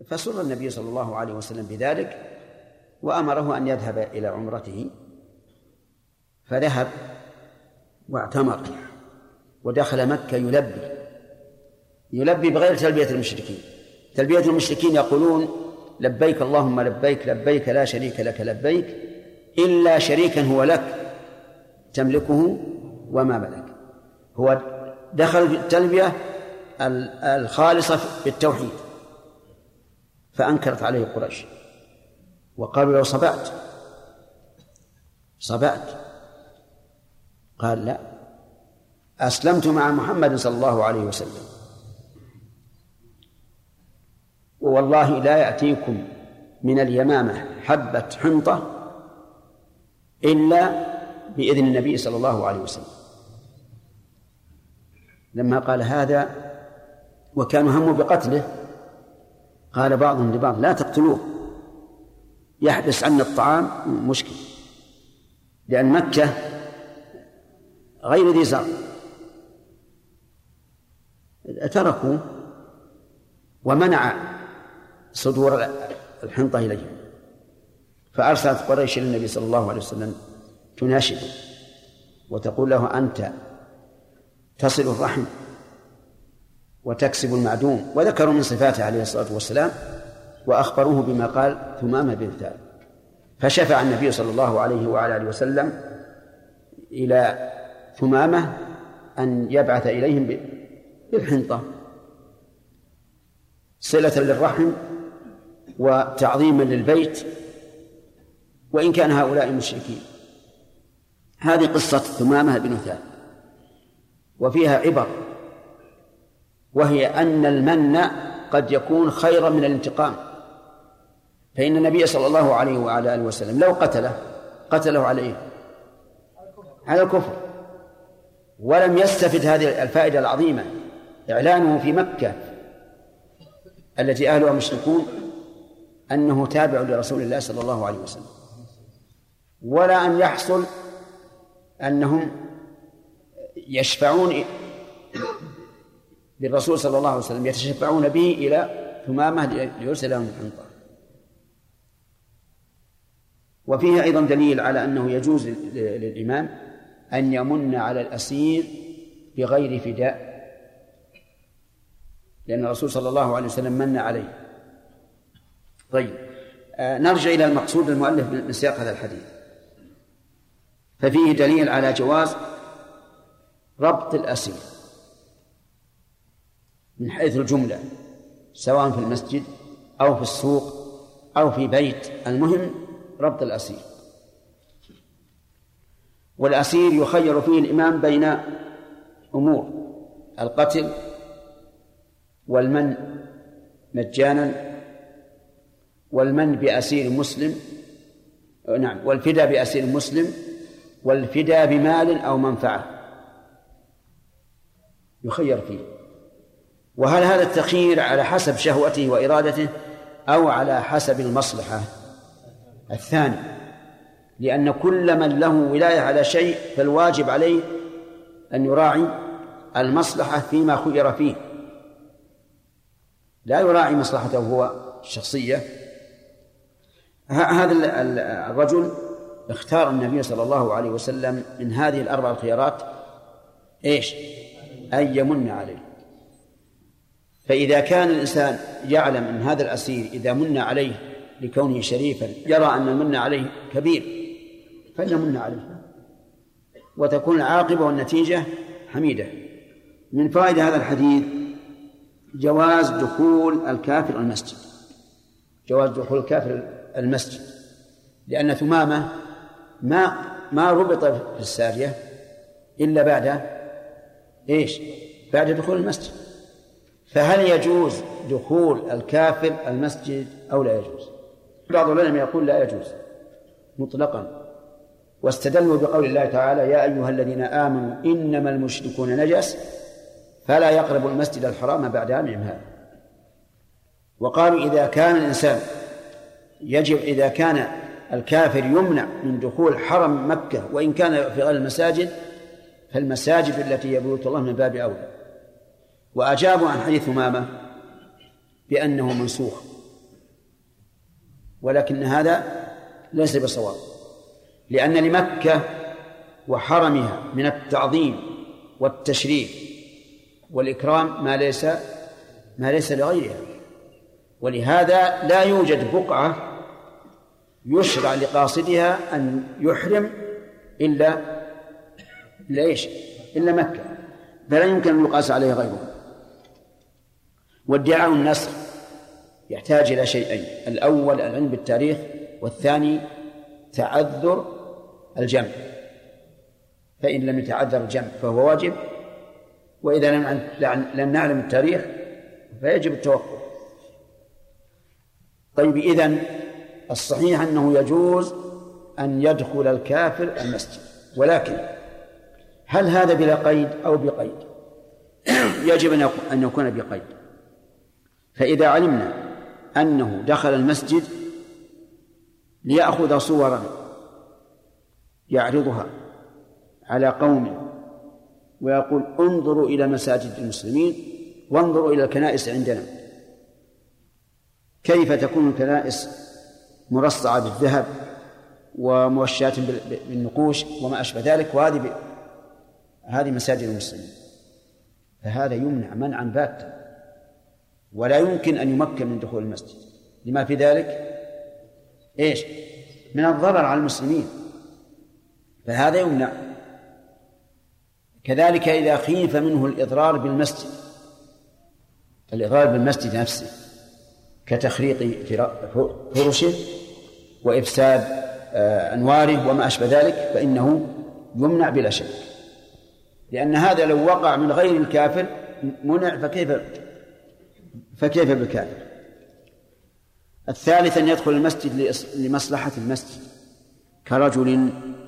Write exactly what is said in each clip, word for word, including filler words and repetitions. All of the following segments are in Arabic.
فسر النبي صلى الله عليه وسلم بذلك وأمره أن يذهب إلى عمرته، فذهب واعتمر ودخل مكة يلبي يلبي بغير تلبية المشركين. تلبية المشركين يقولون لبيك اللهم لبيك لبيك لا شريك لك لبيك إلا شريكا هو لك تملكه وما ملك. هو دخل في التلبية الخالصة بالتوحيد، فأنكرت عليه قريش وقالوا لو صبأت صبأت قال لا، أسلمت مع محمد صلى الله عليه وسلم، والله لا يأتيكم من اليمامة حبة حنطة إلا بإذن النبي صلى الله عليه وسلم. لما قال هذا وكانوا هموا بقتله قال بعضهم لبعض لا تقتلوه، يحبس عنا الطعام مشكل، لأن مكة غير ذي زرع. تركوا ومنع صدور الحنطة إليهم، فأرسلت قريش للنبي صلى الله عليه وسلم تناشده وتقول له أنت تصل الرحم وتكسب المعدوم، وذكروا من صفاته عليه الصلاة والسلام وأخبروه بما قال ثمامة بن ثابت. فشفع النبي صلى الله عليه وعلى آله وسلم إلى ثمامة أن يبعث إليهم بالحنطة صلة للرحم وتعظيما للبيت، وإن كان هؤلاء مشركين. هذه قصة ثمامة بن ثابت، وفيها عبر، وهي أن المن قد يكون خيرا من الانتقام، فإن النبي صلى الله عليه وعلى آله وسلم لو قتله قتله على إيه؟ على الكفر، ولم يستفد هذه الفائدة العظيمة إعلانه في مكة التي أهلها مشركون أنه تابع لرسول الله صلى الله عليه وسلم، ولا أن يحصل أنهم يشفعون بالرسول صلى الله عليه وسلم يتشفعون به إلى ثمامة ليرسل لهم الحنطة. وفيه أيضا دليل على أنه يجوز للإمام أن يمن على الأسير بغير فداء، لأن الرسول صلى الله عليه وسلم من عليه. طيب، آه نرجع إلى المقصود المؤلف من سياق هذا الحديث. ففيه دليل على جواز ربط الأسير من حيث الجملة، سواء في المسجد أو في السوق أو في بيت، المهم ربط الأسير. والأسير يخير فيه الإمام بين أمور: القتل والمن مجانا، والمن بأسير مسلم، نعم، والفداء بأسير مسلم، والفداء بمال أو منفعة، يخير فيه. وهل هذا التخيير على حسب شهوته وإرادته أو على حسب المصلحة؟ الثاني، لأن كل من له ولاية على شيء فالواجب عليه أن يراعي المصلحة فيما خير فيه، لا يراعي مصلحته هو الشخصية. هذا الرجل اختار النبي صلى الله عليه وسلم من هذه الأربع الخيارات إيش؟ أن يمن عليه. فإذا كان الإنسان يعلم أن هذا الأسير إذا من عليه لكونه شريفا يرى أن المن عليه كبير فليمن عليه، وتكون العاقبة والنتيجة حميدة. من فائدة هذا الحديث جواز دخول الكافر المسجد، جواز دخول الكافر المسجد، لأن ثمامة ما ما ربط في السارية إلا بعد إيش؟ بعد دخول المسجد. فهل يجوز دخول الكافر المسجد أو لا يجوز؟ بعض العلماء يقول لا يجوز مطلقا، واستدلوا بقول الله تعالى: يا أيها الذين آمنوا إنما المشركون نجس فلا يقربوا المسجد الحرام بعد عامهم هذا. وقالوا إذا كان الإنسان يجب إذا كان الكافر يمنع من دخول حرم مكة وإن كان في غير المساجد فالمساجد التي يبيت الله من باب أولى. وأجابوا عن حديث ثمامة بأنه منسوخ، ولكن هذا ليس بصواب، لأن لمكة وحرمها من التعظيم والتشريف والإكرام ما ليس ما ليس لغيرها، ولهذا لا يوجد بقعة يشرع لقاصدها أن يحرم إلا إلا إيش؟ إلا مكة، فلا يمكن أن يقاس عليه غيره. وادعاء النسخ يحتاج إلى شيئين: الأول العلم بالتاريخ، والثاني تعذر الجمع، فإن لم يتعذر الجمع فهو واجب، وإذا لم نعلم التاريخ فيجب التوقف. طيب، إذن الصحيح أنه يجوز أن يدخل الكافر المسجد، ولكن هل هذا بلا قيد أو بقيد؟ يجب أن يكون بقيد. فإذا علمنا أنه دخل المسجد ليأخذ صورا يعرضها على قوم ويقول انظروا إلى مساجد المسلمين وانظروا إلى الكنائس عندنا، كيف تكون الكنائس مرصعة بالذهب وموشاة بالنقوش وما أشبه ذلك، وهذه هذه مساجد المسلمين، فهذا يمنع منعا باتا، ولا يمكن أن يمكن من دخول المسجد، لما في ذلك إيش؟ من الضرر على المسلمين، فهذا يمنع. كذلك إذا خيف منه الإضرار بالمسجد، الإضرار بالمسجد نفسه كتخريط فرشه وإفساد أنواره وما أشبه ذلك، فإنه يمنع بلا شك، لأن هذا لو وقع من غير الكافر منع، فكيف فكيف بالكافر؟ الثالث أن يدخل المسجد لمصلحة المسجد، كرجل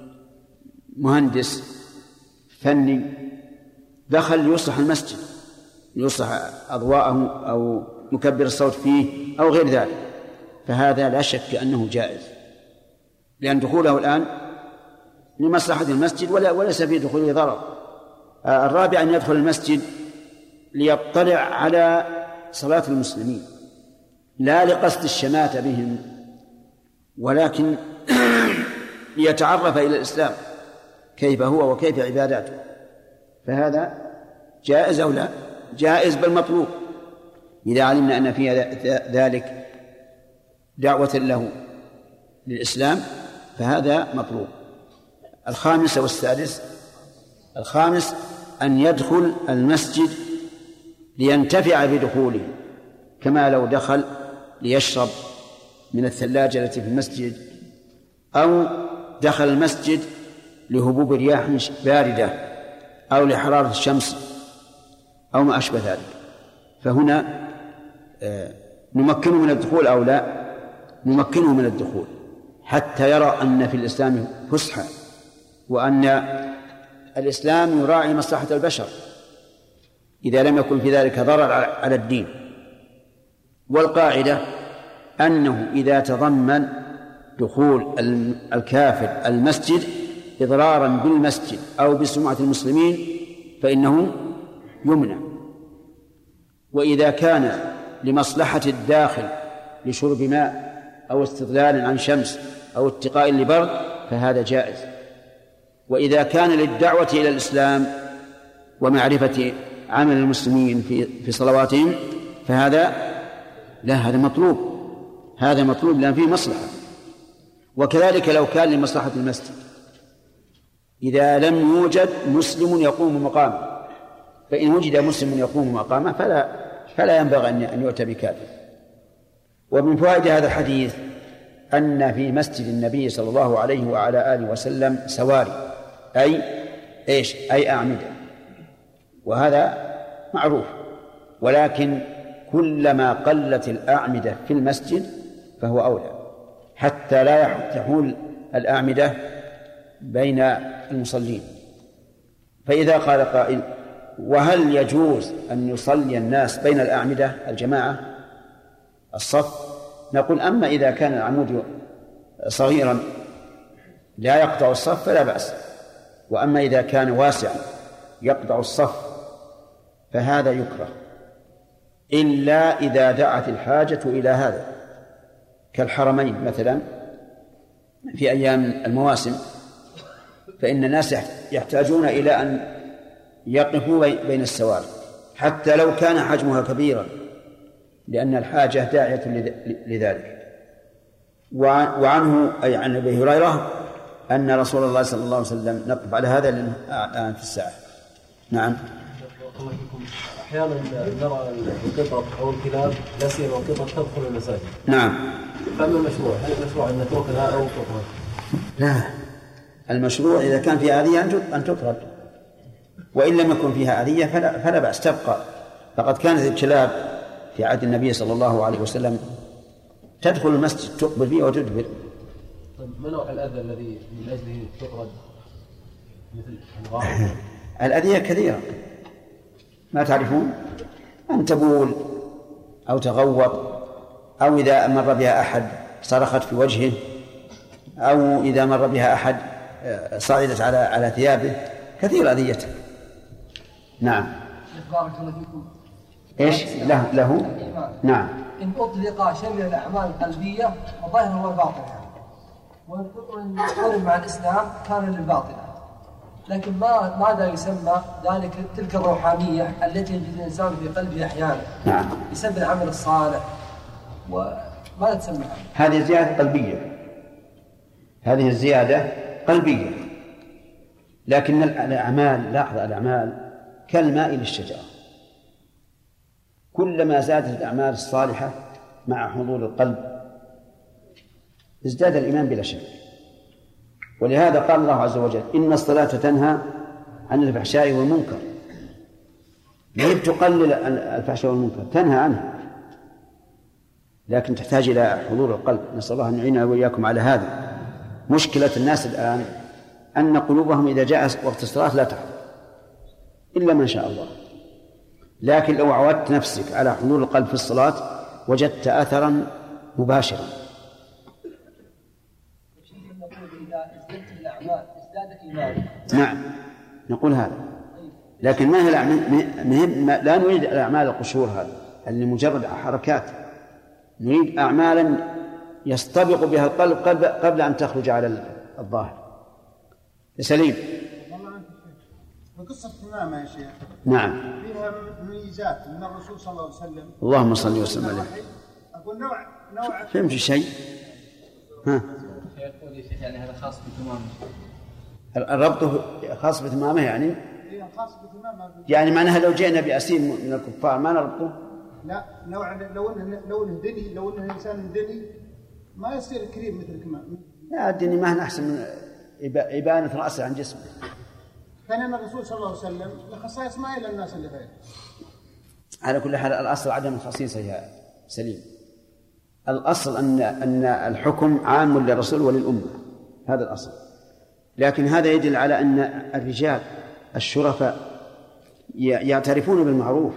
مهندس فني دخل ليصلح المسجد، ليصلح أضواءه أو مكبر الصوت فيه أو غير ذلك، فهذا لا شك أنه جائز، لأن دخوله الآن لمصلحة المسجد وليس في دخوله ضرر. الرابع أن يدخل المسجد ليطلع على صلاة المسلمين، لا لقصد الشماتة بهم، ولكن ليتعرف إلى الإسلام كيف هو وكيف عباداته، فهذا جائز أو لا؟ جائز بل مطلوب، إذا علمنا أن في ذلك دعوة له للإسلام فهذا مطلوب. الخامس والسادس: الخامس أن يدخل المسجد لينتفع بدخوله، كما لو دخل ليشرب من الثلاجة التي في المسجد، أو دخل المسجد لهبوب رياح باردة أو لحرارة الشمس أو ما أشبه ذلك، فهنا نمكنه من الدخول أو لا؟ نمكنه من الدخول حتى يرى أن في الإسلام فسحة، وأن الإسلام يراعي مصلحة البشر إذا لم يكن في ذلك ضرر على الدين. والقاعدة أنه إذا تضمن دخول الكافر المسجد إضرارا بالمسجد أو بسمعة المسلمين فإنه يمنع، وإذا كان لمصلحة الداخل لشرب ماء أو استظلال عن شمس أو اتقاء لبرد فهذا جائز. وإذا كان للدعوة إلى الإسلام ومعرفة عمل المسلمين في في صلواتهم فهذا لا، هذا مطلوب، هذا مطلوب لأن فيه مصلحة. وكذلك لو كان لمصلحة المسجد، إذا لم يوجد مسلم يقوم مقامه، فإن وجد مسلم يقوم مقامه فلا فلا ينبغي أن يؤتى بكافر. ومن فوائد هذا الحديث أن في مسجد النبي صلى الله عليه وعلى آله وسلم سواري، أي إيش؟ أي أعمدة، وهذا معروف، ولكن كلما قلت الأعمدة في المسجد فهو أولى، حتى لا تحول الأعمدة بين المصلين. فإذا قال قائل: وهل يجوز أن يصلي الناس بين الأعمدة الجماعة الصف؟ نقول: أما إذا كان العمود صغيرا لا يقطع الصف فلا بأس، وأما إذا كان واسعا يقطع الصف فهذا يكره، إلا إذا دعت الحاجة إلى هذا، كالحرمين مثلا في أيام المواسم، فإن الناس يحتاجون إلى أن يقفوا بين السواري حتى لو كان حجمها كبيرا، لأن الحاجة داعية لذلك. وعنه أي عن أبي هريرة أن رسول الله صلى الله عليه وسلم نقف على هذا الآن في الساعة. نعم. أحيانا نرى القطط أو الكلاب لا سيما القطط تدخل المساجد. نعم. فما المشروع؟ هل المشروع أن نتركها أو تطرد؟ لا، المشروع إذا كان فيها أذية أن تطرد، وإن لم يكن فيها أذية فلا, فلا بأس تبقى. فقد كانت الكلاب في عهد النبي صلى الله عليه وسلم تدخل المسجد تقبل فيه وتدبر. طيب ما نوع الأذى الذي من أجله تطرد مثل الغائط؟ الأذية كثيرة ما تعرفون، أن تبول أو تغوط، أو إذا مر بها أحد صرخت في وجهه، أو إذا مر بها أحد صعدت على على ثيابه، كثير أذيته. نعم. بارك الله فيكم. إيش له له؟ نعم. إن أطلق شمل الأعمال القلبية وظاهرها والباطنة، وإن قرن مع الإسلام كان للباطنة، لكن ما ماذا يسمى ذلك تلك الروحانية التي يجد الإنسان في قلبه أحيانا؟ نعم. بسبب العمل الصالح، وماذا تسمى؟ هذه زيادة قلبية، هذه الزيادة قلبية، لكن الأعمال، لاحظ الأعمال كالماء للشجرة، كلما زادت الأعمال الصالحة مع حضور القلب ازداد الإيمان بلا شك. ولهذا قال الله عز وجل إن الصلاة تنهى عن الفحشاء والمنكر، لا تقلل الفحشاء والمنكر، تنهى عنه، لكن تحتاج إلى حضور القلب. نسأل الله أن يعيننا وإياكم على هذا. مشكلة الناس الآن أن قلوبهم إذا جاء وقت الصلاة لا تحضر إلا ما شاء الله، لكن لو عودت نفسك على حضور القلب في الصلاة وجدت أثرا مباشرا. نعم نقول هذا، لكن ما هي الأعمال؟ لا نريد الأعمال القشور هذا اللي مجرد حركات، نريد أعمالا يستبق بها القلب قبل أن تخرج على الظاهر. سليم. قصة ثمامة يا شيخ. نعم. فيها ميزات من الرسول صلى الله عليه وسلم. اللهم صل وسلم عليه. أقول نوع نوع. فهمت شيء؟ ها. يقول يا شيخ يعني هذا خاص بثمامة. الربط خاص بثمامة يعني؟ إيه خاص بثمامة. يعني معناها لو جئنا بأسير من الكفار ما نربطه؟ لا، نوع لو إنه لو إنه دني لو إنه إنسان دني ما يصير كريم مثل كمان. لا الدني ما هو أحسن من إبانة رأسه عن جسمه. كان الرسول صلى الله عليه وسلم لخصائص ما إلى الناس اللي غيره. على كل حال الأصل عدم الخصيصة يا سليم. الأصل أن أن الحكم عام للرسول وللأمة، هذا الأصل. لكن هذا يدل على أن الرجال الشرفاء يعترفون بالمعروف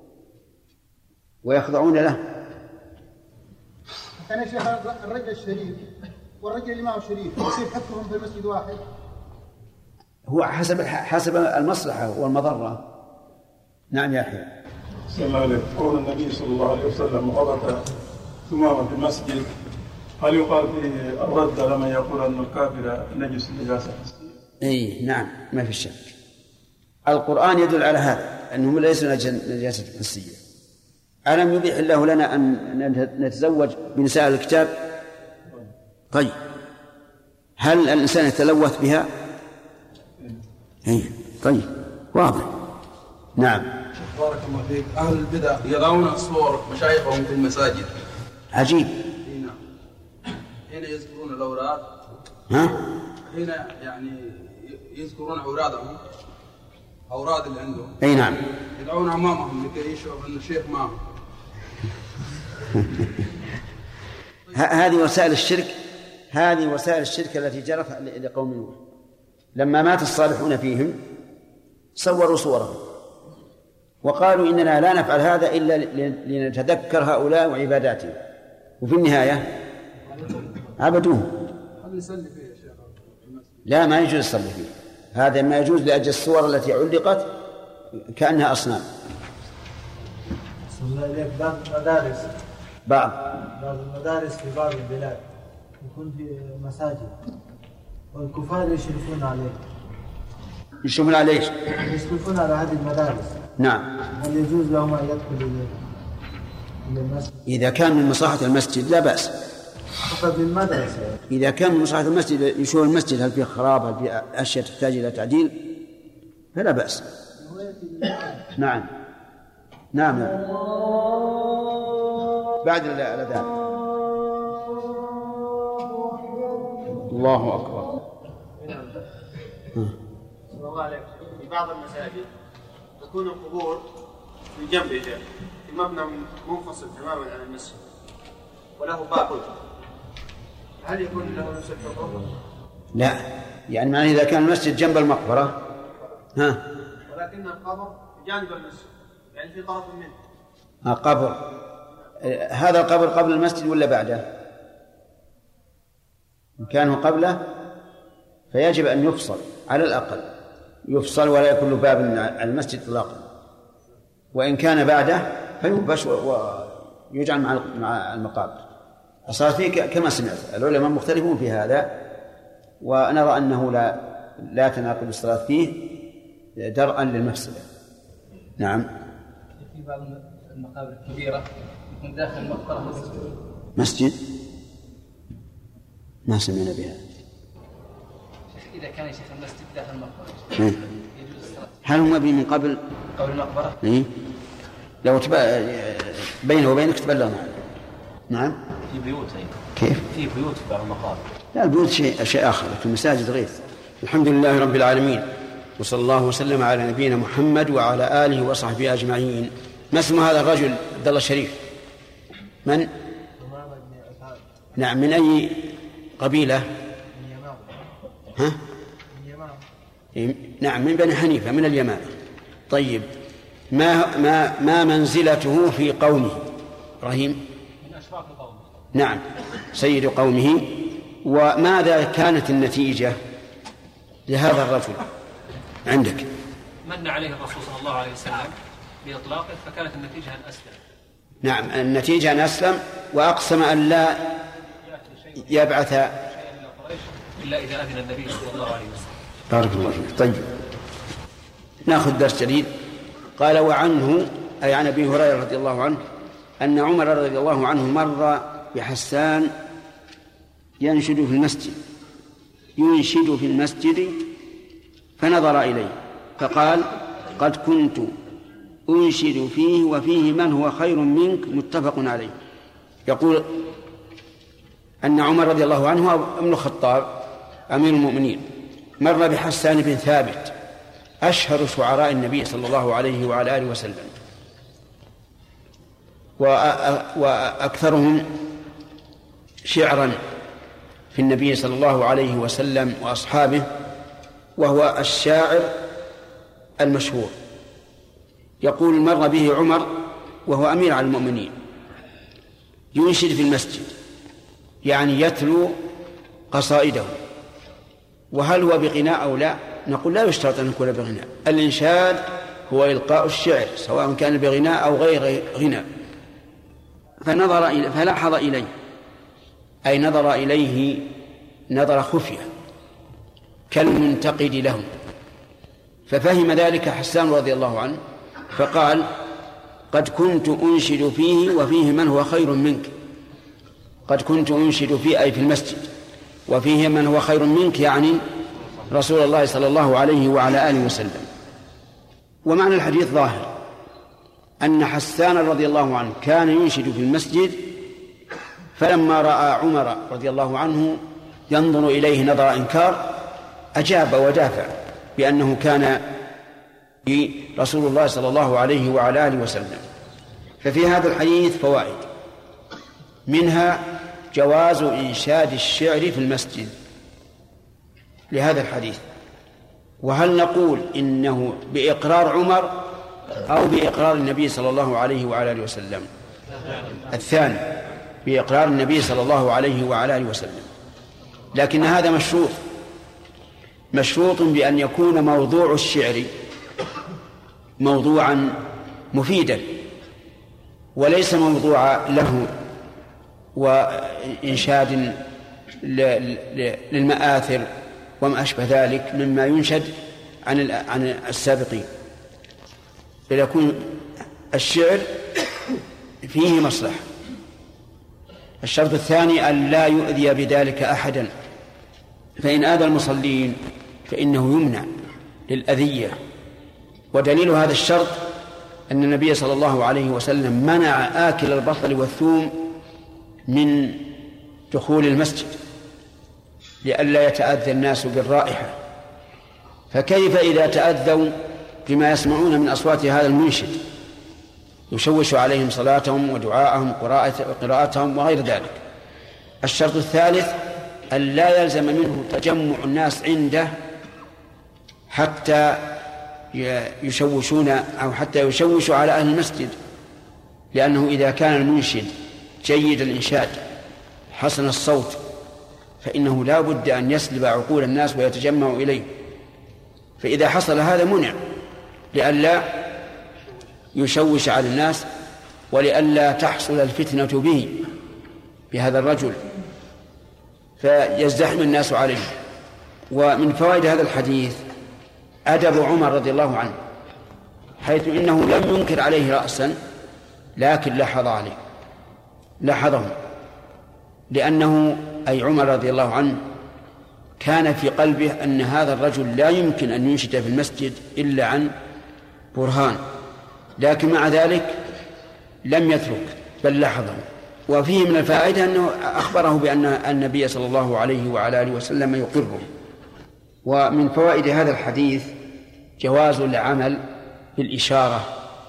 ويخضعون له. كان يا شيخ الرجل الشريف والرجل اللي ما هو شريف يصير حكمهم في المسجد واحد؟ هو حسب حسب المصلحة والمضرة. نعم يا أخي. صلى الله عليه قول النبي صلى الله عليه وسلم غلط ثمامة في المسجد، هل يقال فيه الرد لمن يقول أن الكافر نجس نجاسة حسية؟ إيه نعم ما في شك. القرآن يدل على هذا أنهم ليسوا نجاسة حسية. ألم يبيح الله لنا أن نتزوج بنساء الكتاب؟ طيب هل الإنسان يتلوث بها؟ إيه طيب واضح. نعم. بارك الله فيك. أهل البدع يضعون صور مشايخهم في المساجد. عجيب. نعم. حين يذكرون الأوراد. ها؟ حين يعني يذكرون أورادهم، أوراد اللي عندهم. أي نعم. يدعون أمامهم لكي يشعروا أن الشيخ معهم. هذه وسائل الشرك، هذه وسائل الشرك التي جرت لقوم نوح لما مات الصالحون فيهم صوروا صورهم وقالوا إننا لا نفعل هذا إلا لنتذكر هؤلاء وعباداتهم، وفي النهاية عبدوه. لا ما يجوز يصلي فيه، هذا ما يجوز لأجل الصور التي علقت كأنها أصنام. صلى إليك باب المدارس بعض بعض المدارس في بعض البلاد يكون في مساجد والكفار يشرفون عليه. يشرفون على ايش؟ يشرفون على هذه المدارس. نعم. هل يجوز لهم ان يدخلوا الى المسجد؟ اذا كان من مصلحة المسجد لا بأس. فقط للمدرسة. اذا كان من مصلحة المسجد يشوف المسجد هل فيه خراب هل فيه اشياء تحتاج الى تعديل فلا بأس. نعم نعم بعد الأذان. الله أكبر. صلى الله عليه وسلم. في بعض المساجد تكون القبور في جنبه في مبنى منفصل تماما عن المسجد وله باب، هل يكون له نفس الحكم؟ لا، يعني معنى إذا كان المسجد جنب المقبرة ها ولكن القبر جانب المسجد يعني في طرف منه. ها قبر، هذا القبر قبل المسجد ولا بعده؟ إن كان قبله فيجب أن يفصل على الأقل، يفصل ولا يكون له باب على المسجد إطلاقا، وإن كان بعده فينبش ويجعل مع المقابر. صار فيه كما سمعت العلماء مختلفون في هذا، ونرى أنه لا لا تناقض الصلاة فيه درءا للمفسدة. نعم. في بعض المقابر الكبيرة يكون داخل المقبرة مسجد، ما سمعنا بها. إذا كان شيخ المسجد داخل المقبرة هل هم بي من قبل قبل المقبرة؟ إيه؟ لو تبا بينه وبينك تبلغ. نعم. في بيوت أيضا. كيف؟ في بيوت في بعض المقابر. لا، البيوت شيء شيء آخر، لكن المساجد غير. الحمد لله رب العالمين، وصلى الله وسلم على نبينا محمد وعلى آله وصحبه أجمعين. ما اسم هذا الرجل عبد الله الشريف؟ من؟ نعم. من أي قبيلة؟ ها؟ نعم، من بني حنيفة من اليمامة. طيب، ما ما ما منزلته في قومه؟ إبراهيم؟ من أشراف قومه. نعم، سيد قومه. وماذا كانت النتيجة لهذا الرجل عندك؟ من عليه الرسول صلى الله عليه وسلم بإطلاقه، فكانت النتيجة أن أسلم. نعم، النتيجة أن أسلم، وأقسم أن لا يبعث إلا إذا أذن النبي صلى الله عليه وسلم. بارك الله فيك. طيب، نأخذ درس جديد. قال: وعنه أي عن أبي هريرة رضي الله عنه أن عمر رضي الله عنه مر بحسان ينشد في المسجد ينشد في المسجد فنظر إليه فقال: قد كنت أنشد فيه وفيه من هو خير منك، متفق عليه. يقول أن عمر رضي الله عنه ابن الخطاب أمير المؤمنين مر بحسان بن ثابت أشهر شعراء النبي صلى الله عليه وعلى آله وسلم، وأكثرهم شعرا في النبي صلى الله عليه وسلم وأصحابه، وهو الشاعر المشهور. يقول: مر به عمر وهو أمير على المؤمنين ينشد في المسجد، يعني يتلو قصائده. وهل هو بغناء أو لا؟ نقول: لا يشترط أن يكون بغناء. الإنشاد هو إلقاء الشعر سواء كان بغناء أو غير غناء. فنظر إليه فلاحظ إليه، أي نظر إليه نظر خفية كالمنتقد له، ففهم ذلك حسان رضي الله عنه فقال: قد كنت أنشد فيه وفيه من هو خير منك. قد كنت أنشد فيه أي في المسجد، وفيه من هو خير منك يعني رسول الله صلى الله عليه وعلى آله وسلم. ومعنى الحديث ظاهر أن حسان رضي الله عنه كان ينشد في المسجد، فلما رأى عمر رضي الله عنه ينظر إليه نظر إنكار أجاب ودافع بأنه كان رسول الله صلى الله عليه وعلى آله وسلم. ففي هذا الحديث فوائد، منها جواز إنشاد الشعر في المسجد لهذا الحديث. وهل نقول إنه بإقرار عمر أو بإقرار النبي صلى الله عليه وعلى آله وسلم؟ الثاني، بإقرار النبي صلى الله عليه وعلى آله وسلم. لكن هذا مشروط مشروط بأن يكون موضوع الشعر موضوعا مفيدا، وليس موضوع له وإنشاد للمآثر وما أشبه ذلك مما ينشد عن عن السابقين، فيكون الشعر فيه مصلحة. الشرط الثاني أن لا يؤذي بذلك أحدا، فإن آذى المصلين فإنه يمنع للأذية. ودليل هذا الشرط أن النبي صلى الله عليه وسلم منع آكل البصل والثوم من دخول المسجد لئلا يتأذى الناس بالرائحة، فكيف إذا تأذوا بما يسمعون من أصوات هذا المنشد يشوش عليهم صلاتهم ودعاءهم وقراءتهم وغير ذلك. الشرط الثالث أن لا يلزم منه تجمع الناس عنده حتى يشوشون أو حتى يشوشوا على أهل المسجد، لأنه إذا كان المنشد جيد الإنشاد حسن الصوت فإنه لا بد أن يسلب عقول الناس ويتجمعوا إليه، فإذا حصل هذا منع لئلا يشوش على الناس ولئلا تحصل الفتنة به بهذا الرجل فيزدحم الناس عليه. ومن فوائد هذا الحديث أدب عمر رضي الله عنه، حيث إنه لم ينكر عليه رأسا لكن لاحظ عليه لاحظه لأنه أي عمر رضي الله عنه كان في قلبه أن هذا الرجل لا يمكن أن ينشد في المسجد إلا عن برهان، لكن مع ذلك لم يترك بل لاحظه. وفيه من الفائدة أنه أخبره بأن النبي صلى الله عليه وعلى آله وسلم يقره. ومن فوائد هذا الحديث جواز العمل بالإشارة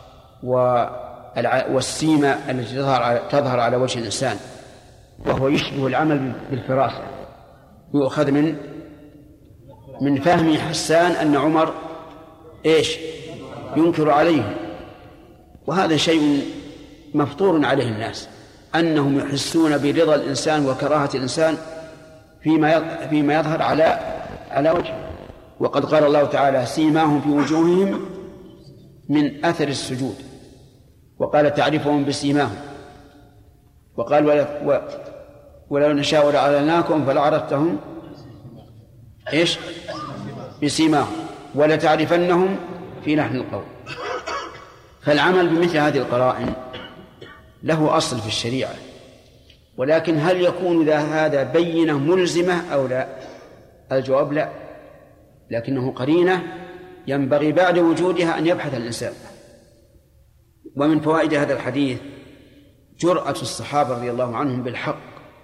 والسيمة التي تظهر على وجه الإنسان، وهو يشبه العمل بالفراسة. يؤخذ من من فهم حسان أن عمر إيش ينكر عليه، وهذا شيء مفطور عليه الناس أنهم يحسون برضا الإنسان وكراهة الإنسان فيما فيما يظهر على على وجهه. وقد قال الله تعالى سيماهم في وجوههم من أثر السجود، وقال تعرفهم بسيماهم، وقال ولا ولو نشاء لأعلناكم فلعرفتهم إيش بسيماهم ولتعرفنهم في لحن القول. فالعمل بمثل هذه القرائن له أصل في الشريعة، ولكن هل يكون ذا هذا بينة ملزمة أو لا؟ الجواب لا، لكنه قرينة ينبغي بعد وجودها أن يبحث الإنسان. ومن فوائد هذا الحديث جرأة الصحابة رضي الله عنهم بالحق،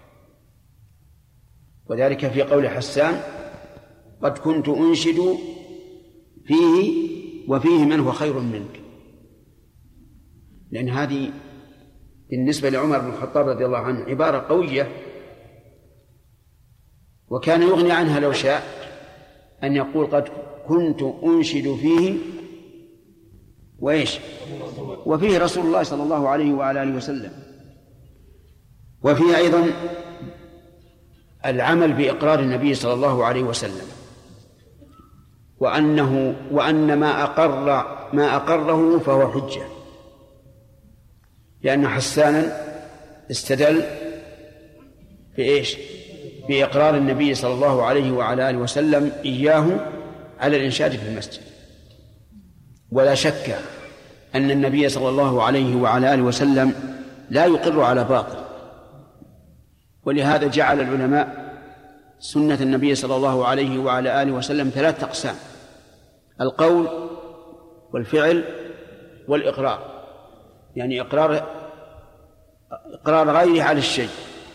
وذلك في قول حسان قد كنت أنشد فيه وفيه من هو خير منك، لأن هذه بالنسبة لعمر بن الخطاب رضي الله عنه عبارة قوية، وكان يغني عنها لو شاء أن يقول قد كنت أنشد فيه وإيش وفيه رسول الله صلى الله عليه وعلى آله وسلم. وفيه أيضا العمل بإقرار النبي صلى الله عليه وسلم، وأنه وأن ما أقر ما أقره فهو حجة، لأن حسانا استدل بإيش بإقرار النبي صلى الله عليه وعلى آله وسلم إياه على الإنشاد في المسجد. ولا شك أن النبي صلى الله عليه وعلى آله وسلم لا يقر على باطل، ولهذا جعل العلماء سنة النبي صلى الله عليه وعلى آله وسلم ثلاث أقسام: القول والفعل والإقرار، يعني إقرار إقرار غيره على الشيء.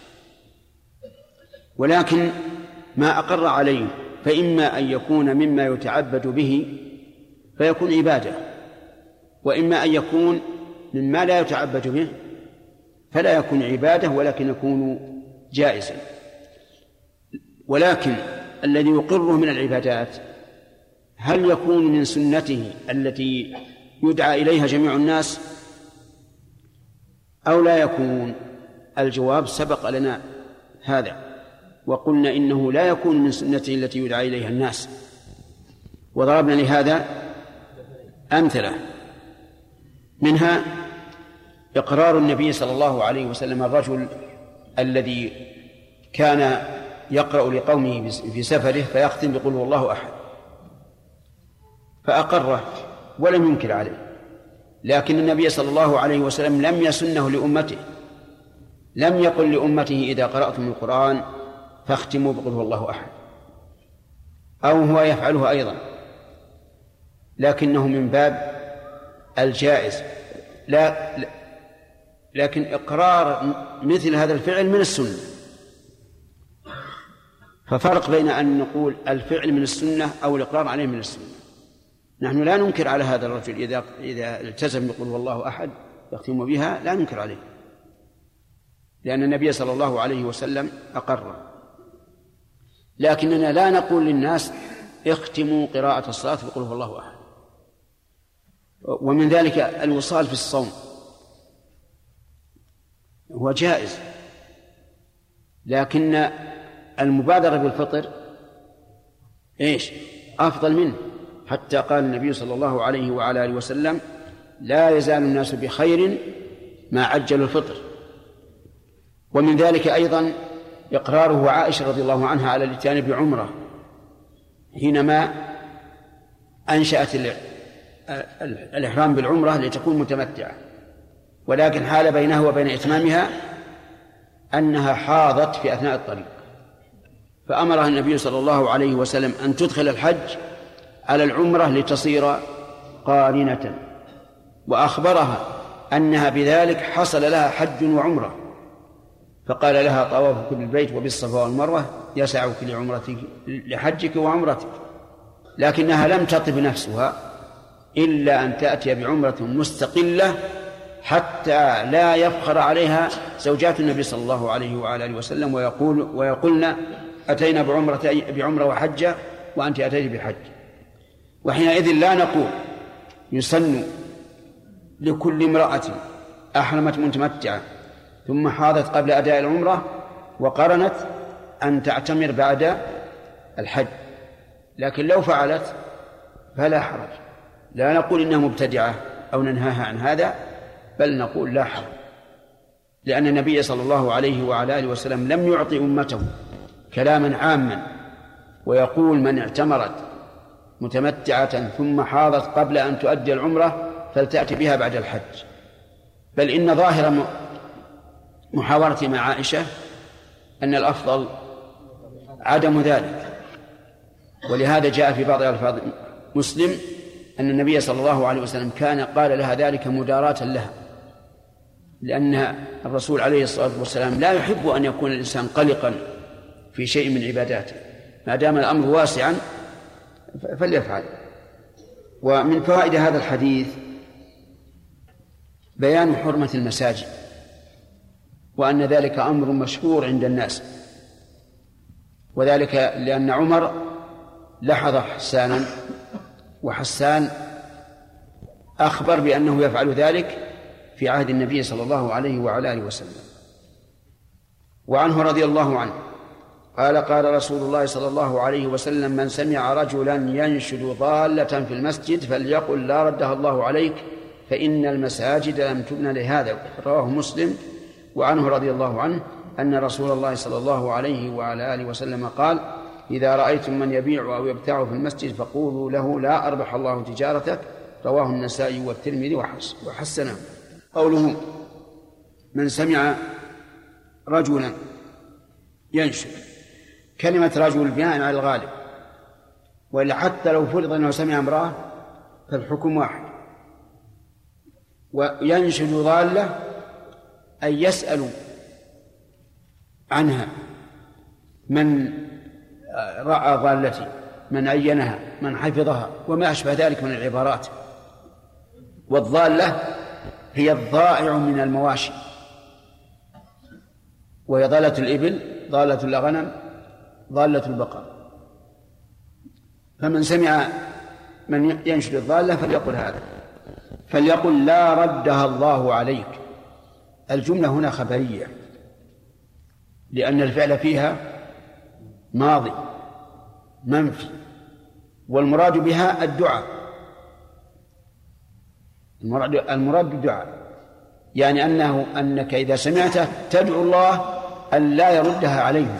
ولكن ما أقر عليه فإما أن يكون مما يتعبد به فيكون عبادة، وإما أن يكون مما لا يتعبد به فلا يكون عبادة ولكن يكون جائزا. ولكن الذي يقره من العبادات هل يكون من سنته التي يدعى إليها جميع الناس أو لا يكون؟ الجواب سبق لنا هذا، وقلنا إنه لا يكون من سنته التي يدعى إليها الناس، وضربنا لهذا أمثلة، منها إقرار النبي صلى الله عليه وسلم الرجل الذي كان يقرأ لقومه في سفره فيختم بقول هو الله أحد، فأقره ولم ينكر عليه. لكن النبي صلى الله عليه وسلم لم يسنه لأمته، لم يقل لأمته إذا قرأتم القرآن فاختموا بقول هو الله أحد، أو هو يفعله أيضا، لكنه من باب الجائز. لا لكن إقرار مثل هذا الفعل من السنة، ففرق بين أن نقول الفعل من السنة أو الإقرار عليه من السنة. نحن لا ننكر على هذا الرجل إذا إذا التزم بقول والله أحد يختم بها، لا ننكر عليه، لأن النبي صلى الله عليه وسلم أقر. لكننا لا نقول للناس اختموا قراءة الصلاة بقول والله أحد. ومن ذلك الوصال في الصوم هو جائز، لكن المبادرة بالفطر إيش أفضل منه، حتى قال النبي صلى الله عليه وعلى آله وسلم لا يزال الناس بخير ما عجلوا الفطر. ومن ذلك أيضا إقراره عائشة رضي الله عنها على الاتيان بعمرة حينما أنشأت الإحرام بالعمرة لتكون متمتعة، ولكن حال بينه وبين إتمامها أنها حاضت في أثناء الطريق، فأمرها النبي صلى الله عليه وسلم أن تدخل الحج على العمرة لتصير قارنة، وأخبرها أنها بذلك حصل لها حج وعمرة، فقال لها طوافك بالبيت وبالصفا والمروة يسعك لعمرتك لحجك وعمرتك. لكنها لم تطب نفسها إلا أن تأتي بعمرة مستقلة حتى لا يفخر عليها زوجات النبي صلى الله عليه وعلى آله وسلم ويقول ويقولن أتينا بعمرة بعمرة وحجة وأنت أتيت بحج. وحينئذ لا نقول يسن لكل امرأة أحرمت متمتعة ثم حاضت قبل أداء العمرة وقرنت أن تعتمر بعد الحج، لكن لو فعلت فلا حرج. لا نقول إنها مبتدعة أو ننهاها عن هذا، بل نقول لا حرج، لأن النبي صلى الله عليه وعلى آله وسلم لم يعطي أمته كلاما عاما ويقول من اعتمرت متمتعة ثم حاضت قبل أن تؤدي العمرة فلتأتي بها بعد الحج، بل إن ظاهر محاورة مع عائشة أن الأفضل عدم ذلك. ولهذا جاء في بعض ألفاظ مسلم أن النبي صلى الله عليه وسلم كان قال لها ذلك مداراة لها، لأن الرسول عليه الصلاة والسلام لا يحب أن يكون الإنسان قلقا في شيء من عباداته، ما دام الأمر واسعا فليفعل. ومن فوائد هذا الحديث بيان حرمة المساجد، وأن ذلك أمر مشهور عند الناس، وذلك لأن عمر لحظ حسانا وحسان أخبر بأنه يفعل ذلك في عهد النبي صلى الله عليه وعلى آله وسلم. وعنه رضي الله عنه قال قال رسول الله صلى الله عليه وسلم من سمع رجلا ينشد ضالة في المسجد فليقل لا ردها الله عليك فإن المساجد لم تبنى لهذا، رواه مسلم. وعنه رضي الله عنه أن رسول الله صلى الله عليه وعلى آله وسلم قال إذا رأيتم من يبيع أو يبتاع في المسجد فقولوا له لا أربح الله تجارتك، رواه النسائي والترمذي وحسنه. قوله من سمع رجلا ينشد، كلمة رجل بناء على الغالب، وإلا حتى لو فرض أنه سمع امرأة فالحكم واحد. وينشد ضالة أي يسأل عنها من رأى ضالتي، من عينها، من حفظها، وما أشبه ذلك من العبارات. والضالة هي الضائع من المواشي، وهي ضالة الإبل، ضالة الغنم، ضالة البقر. فمن سمع من ينشد الضالة فليقل هذا، فليقل لا ردها الله عليك. الجملة هنا خبرية لأن الفعل فيها ماضي منفي، والمراد بها الدعاء، المراد بالدعاء يعني أنه أنك إذا سمعته تدعو الله أن لا يردها عليه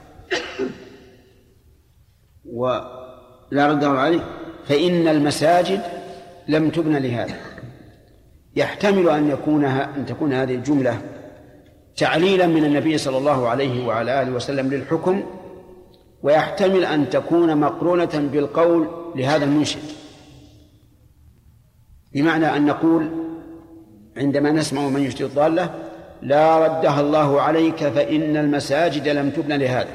ولا ردها عليه، فإن المساجد لم تبنى لهذا. يحتمل أن يكون أن تكون هذه الجملة تعليلا من النبي صلى الله عليه وعلى آله وسلم للحكم، ويحتمل أن تكون مقرونة بالقول لهذا المنشد، بمعنى أن نقول عندما نسمع من يشتري الضالة لا ردها الله عليك فإن المساجد لم تبنى لهذا،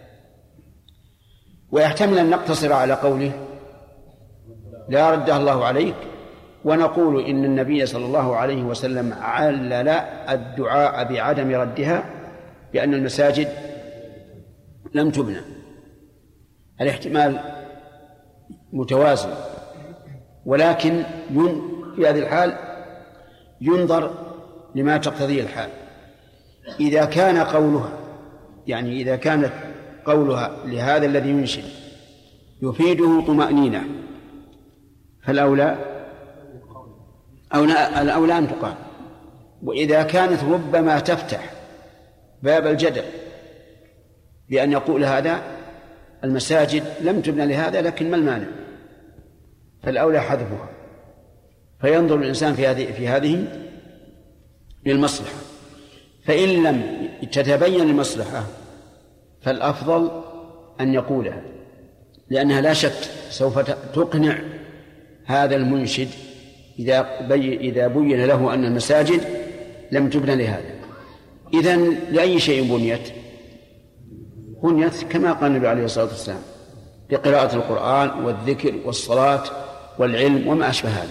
ويحتمل أن نقتصر على قوله لا ردها الله عليك ونقول إن النبي صلى الله عليه وسلم علل الدعاء بعدم ردها بأن المساجد لم تبنى. الاحتمال متوازن، ولكن في هذه الحال ينظر لما تقتضيه الحال. إذا كان قولها يعني إذا كانت قولها لهذا الذي ينشد يفيده طمأنينة فالأولى أو الأولى أن تقال. وإذا كانت ربما تفتح باب الجدل بأن يقول هذا المساجد لم تبنى لهذا لكن ما المانع، فالأولى حذفها. فينظر الإنسان في هذه في هذه للمصلحة، فإن لم تتبين المصلحة فالأفضل أن يقولها، لأنها لا شك سوف تقنع هذا المنشد إذا بي إذا بين له أن المساجد لم تبنى لهذا. إذن لأي شيء بنيت؟ بنيت كما قال النبي عليه الصلاة والسلام لقراءة القرآن والذكر والصلاة والعلم وما أشبه هذا.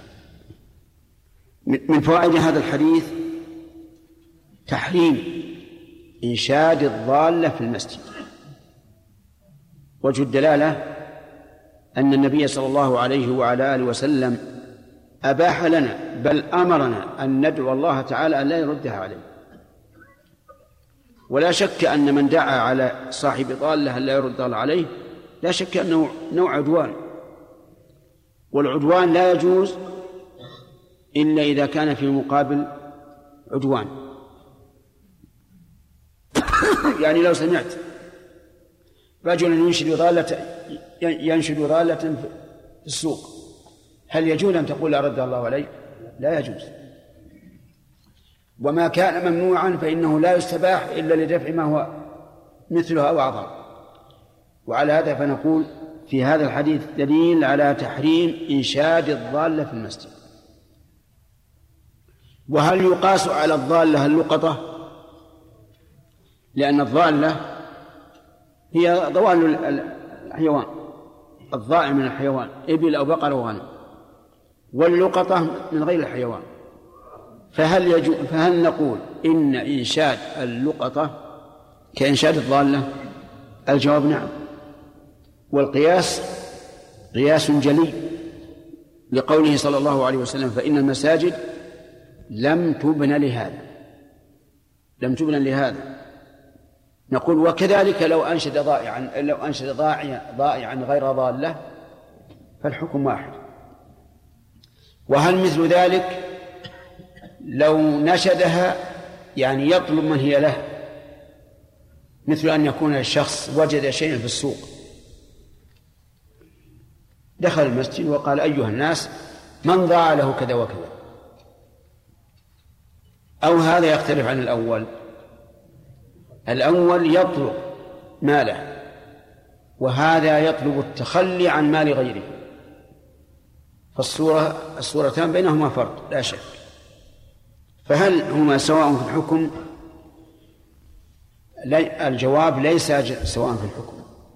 من فوائد هذا الحديث تحريم إنشاد الضالة في المسجد. وجه الدلالة أن النبي صلى الله عليه وعلى آله وسلم أباح لنا بل أمرنا أن ندعو الله تعالى أن لا يردها عليه. ولا شك أن من دعا على صاحب ضالة أن لا يردها عليه لا شك أنه نوع عدوان، والعدوان لا يجوز إلا إذا كان في مقابل عدوان. يعني لو سمعت رجلا ينشد ضالة ينشد ضالة في السوق، هل يجوز أن تقول لا رد الله عليك؟ لا يجوز. وما كان ممنوعا فإنه لا يستباح إلا لدفع ما هو مثله أو أعظم. وعلى هذا فنقول في هذا الحديث دليل على تحريم إنشاد الضالة في المسجد. وهل يقاس على الضالة اللقطة؟ لأن الضالة هي ضوال الحيوان، الضائع من الحيوان إبل أو بقر أو غنم، واللقطة من غير الحيوان. فهل يجو فهل نقول إن إنشاد اللقطة كإنشاد الضالة؟ الجواب نعم. والقياس قياس جلي لقوله صلى الله عليه وسلم فإن المساجد لم تبن لهذا لم تبن لهذا. نقول وكذلك لو أنشد ضائعا لو أنشد ضائعا ضائعا غير ضالة فالحكم واحد. وهل مثل ذلك لو نشدها يعني يطلب من هي له، مثل أن يكون الشخص وجد شيئا في السوق دخل المسجد وقال أيها الناس من ضاع له كذا وكذا، أو هذا يختلف عن الأول. الأول يطلب ماله وهذا يطلب التخلي عن مال غيره، فالصورة الصورتان بينهما فرق لا شك. فهل هما سواء في الحكم؟ الجواب ليس سواء في الحكم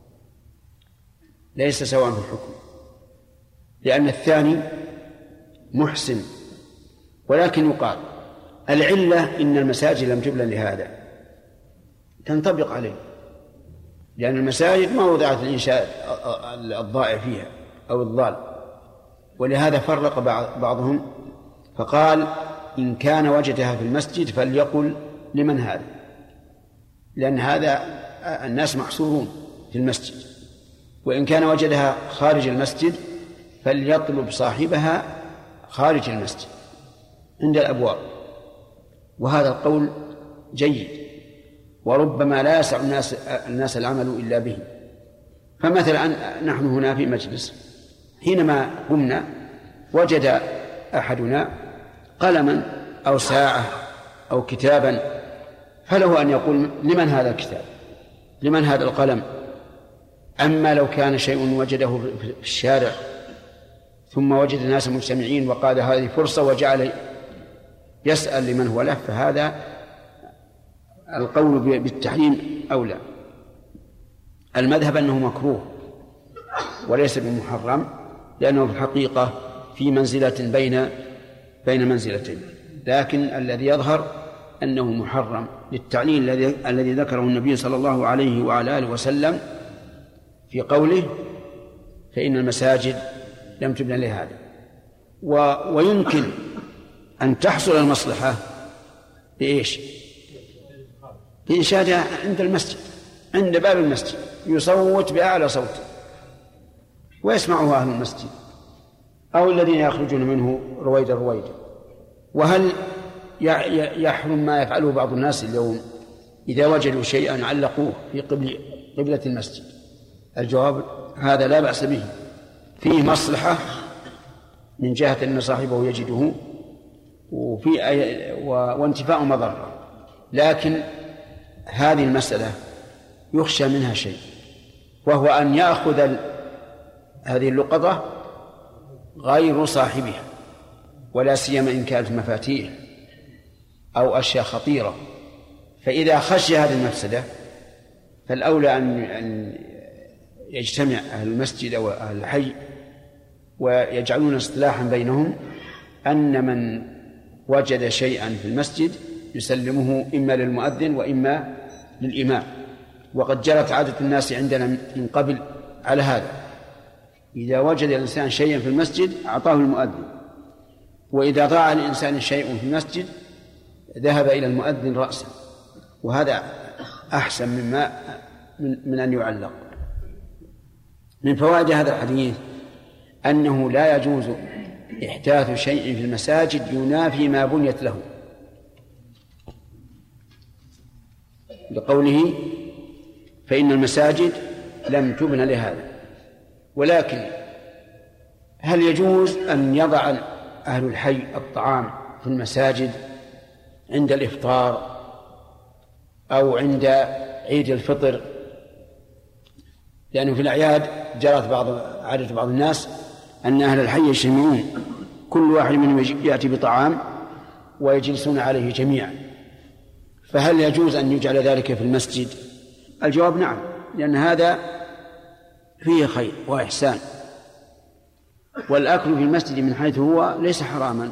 ليس سواء في الحكم لأن الثاني محسن. ولكن يقال العلة إن المساجد لم تبنى لهذا تنطبق عليه، لأن المساجد ما وضعت الإنشاء الضائع فيها أو الضال. ولهذا فرق بعضهم فقال إن كان وجدها في المسجد فليقل لمن هذا، لأن هذا الناس محصورون في المسجد. وإن كان وجدها خارج المسجد فليطلب صاحبها خارج المسجد عند الأبواب. وهذا القول جيد. وربما لا يسع الناس, الناس العمل إلا به. فمثلا نحن هنا في مجلس، حينما قمنا وجد أحدنا قلما أو ساعة أو كتابا، فله أن يقول لمن هذا الكتاب، لمن هذا القلم. أما لو كان شيء وجده في الشارع ثم وجد الناس مجتمعين وقال هذه فرصة وجعل يسأل لمن هو له، فهذا القول بالتحريم أولى. المذهب أنه مكروه وليس بمحرم، لأنه في الحقيقة في منزلة بين بين منزلتين، لكن الذي يظهر أنه محرم للتعليل الذي الذي ذكره النبي صلى الله عليه وعلى آله وسلم في قوله فإن المساجد لم تبنى لهذا. و... ويمكن أن تحصل المصلحة بإيش؟ بإنشادها عند المسجد، عند باب المسجد يصوت بأعلى صوت ويسمعه أهل المسجد أو الذين يخرجون منه رويدا رويدا. وهل يحرم ما يفعله بعض الناس اليوم إذا وجدوا شيئا علقوه في قبل قبلة المسجد؟ الجواب هذا لا بأس به، فيه مصلحة من جهة أن صاحبه يجده وفي وانتفاء مضرة، لكن هذه المسألة يخشى منها شيء، وهو أن يأخذ هذه اللقطة غير صاحبها، ولا سيما إن كانت مفاتيح أو أشياء خطيرة. فإذا خشي هذه المفسدة فالأولى أن يجتمع أهل المسجد أو أهل الحي ويجعلون اصطلاحا بينهم أن من وجد شيئا في المسجد يسلمه إما للمؤذن وإما للإمام. وقد جرت عادة الناس عندنا من قبل على هذا، إذا وجد الإنسان شيئا في المسجد أعطاه المؤذن، وإذا ضاع الإنسان شيء في المسجد ذهب إلى المؤذن رأسا، وهذا أحسن مما من أن يعلق. من فوائد هذا الحديث أنه لا يجوز إحداث شيء في المساجد ينافي ما بنيت له، لقوله فإن المساجد لم تبن لهذا. ولكن هل يجوز أن يضع أهل الحي الطعام في المساجد عند الإفطار أو عند عيد الفطر؟ لأنه في الأعياد جرت بعض عادة بعض الناس أن أهل الحي يجتمعون كل واحد منهم يأتي بطعام ويجلسون عليه جميعا، فهل يجوز أن يجعل ذلك في المسجد؟ الجواب نعم، لأن هذا فيه خير وإحسان، والأكل في المسجد من حيث هو ليس حراما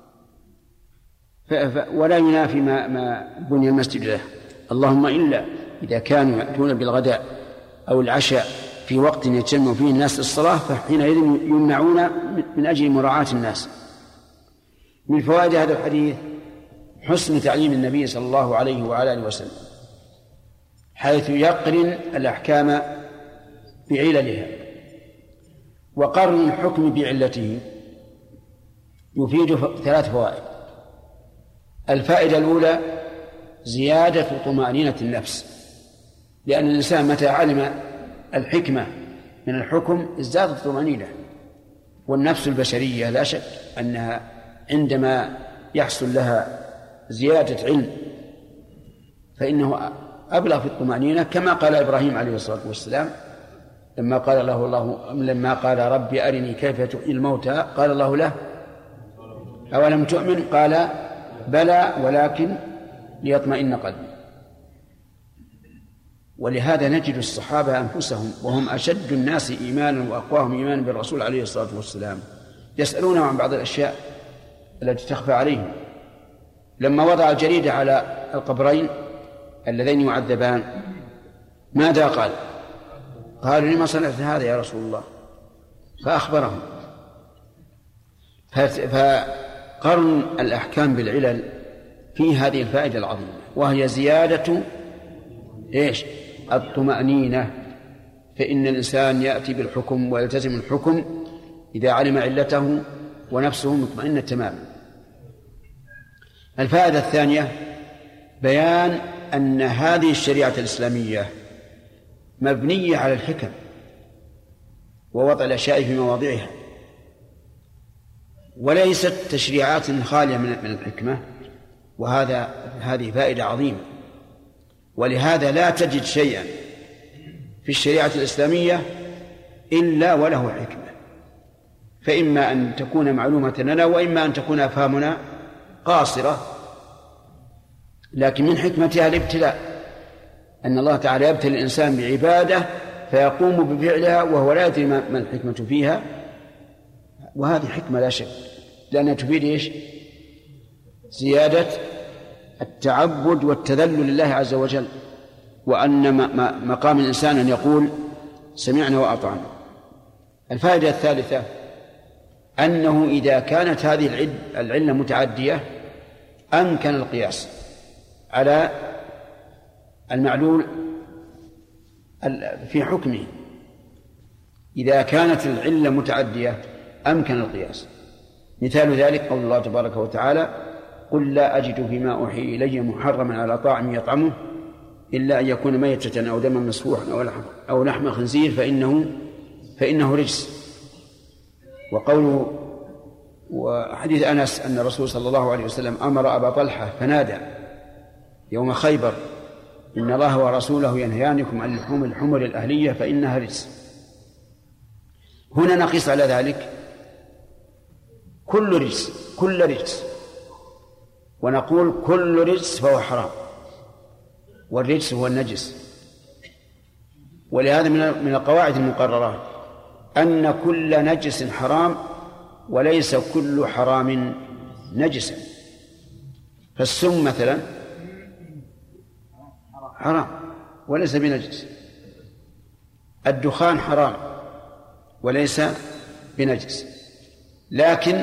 ولا ينافي ما, ما بني المسجد له، اللهم إلا إذا كانوا يأتون بالغداء أو العشاء في وقت يجتمع فيه الناس للصلاة، فحينئذ يمنعون من أجل مراعاة الناس. من فوائد هذا الحديث حسن تعليم النبي صلى الله عليه وعلى آله وسلم، حيث يقرن الأحكام بعللها، وقرن الحكم بعلته يفيد ثلاث فوائد. الفائدة الأولى زيادة طمأنينة النفس، لأن الإنسان متى علم الحكمة من الحكم ازدادت الطمأنينة، والنفس البشرية لا شك أنها عندما يحصل لها زيادة علم فإنه أبلغ في الطمأنينة، كما قال إبراهيم عليه الصلاة والسلام لما قال له الله لما قال ربي أرني كيف تحيي الموتى قال الله له أولم تؤمن؟ قال بلى ولكن ليطمئن قلبي. ولهذا نجد الصحابة أنفسهم وهم أشد الناس إيمانا وأقواهم إيمانا بالرسول عليه الصلاة والسلام يسألون عن بعض الأشياء التي تخفى عليهم. لما وضع الجريدة على القبرين اللذين يعذبان ماذا قال؟ قالوا لما صنعت هذا يا رسول الله؟ فأخبرهم. فقرن الأحكام بالعلل في هذه الفائدة العظيمة، وهي زيادة إيش؟ الطمأنينة. فإن الإنسان يأتي بالحكم ويلتزم الحكم إذا علم علته ونفسه مطمئنة تماما. الفائدة الثانية بيان أن هذه الشريعة الإسلامية مبنية على الحكم ووضع الأشياء في مواضعها، وليست تشريعات خالية من الحكمة، وهذا هذه فائدة عظيمة. ولهذا لا تجد شيئا في الشريعة الإسلامية إلا وله حكمة، فإما أن تكون معلومة لنا وإما أن تكون أفهامنا قاصرة، لكن من حكمتها الابتلاء، أن الله تعالى يبتلي الإنسان بعبادة فيقوم بفعلها وهو لا يدري ما الحكمة فيها، وهذه حكمة لا شك، لأنها تفيد إيش؟ زيادة التعبد والتذلل لله عز وجل، وأن مقام الإنسان أن يقول سمعنا وأطعنا. الفائدة الثالثة أنه إذا كانت هذه العلة متعدية أمكن القياس على المعلول في حكمه. إذا كانت العلة متعدية أمكن القياس. مثال ذلك قول الله تبارك وتعالى: قل لا أجد فيما أوحي إلي محرما على طاعم يطعمه إلا أن يكون ميتة أو دما مسفوحا أو لحم أو لحم خنزير فإنه فإنه رجس. وقوله وحديث أنس أن الرسول صلى الله عليه وسلم أمر أبا طلحة فنادى يوم خيبر: إن الله ورسوله ينهيانكم عن لحوم الحمر الأهلية فإنها رجس. هنا نقيس على ذلك كل رجس كل رجس ونقول كل رجس فهو حرام، والرجس هو النجس. ولهذا من القواعد المقررة أن كل نجس حرام وليس كل حرام نجسا. فالسم مثلا حرام وليس بنجس، الدخان حرام وليس بنجس، لكن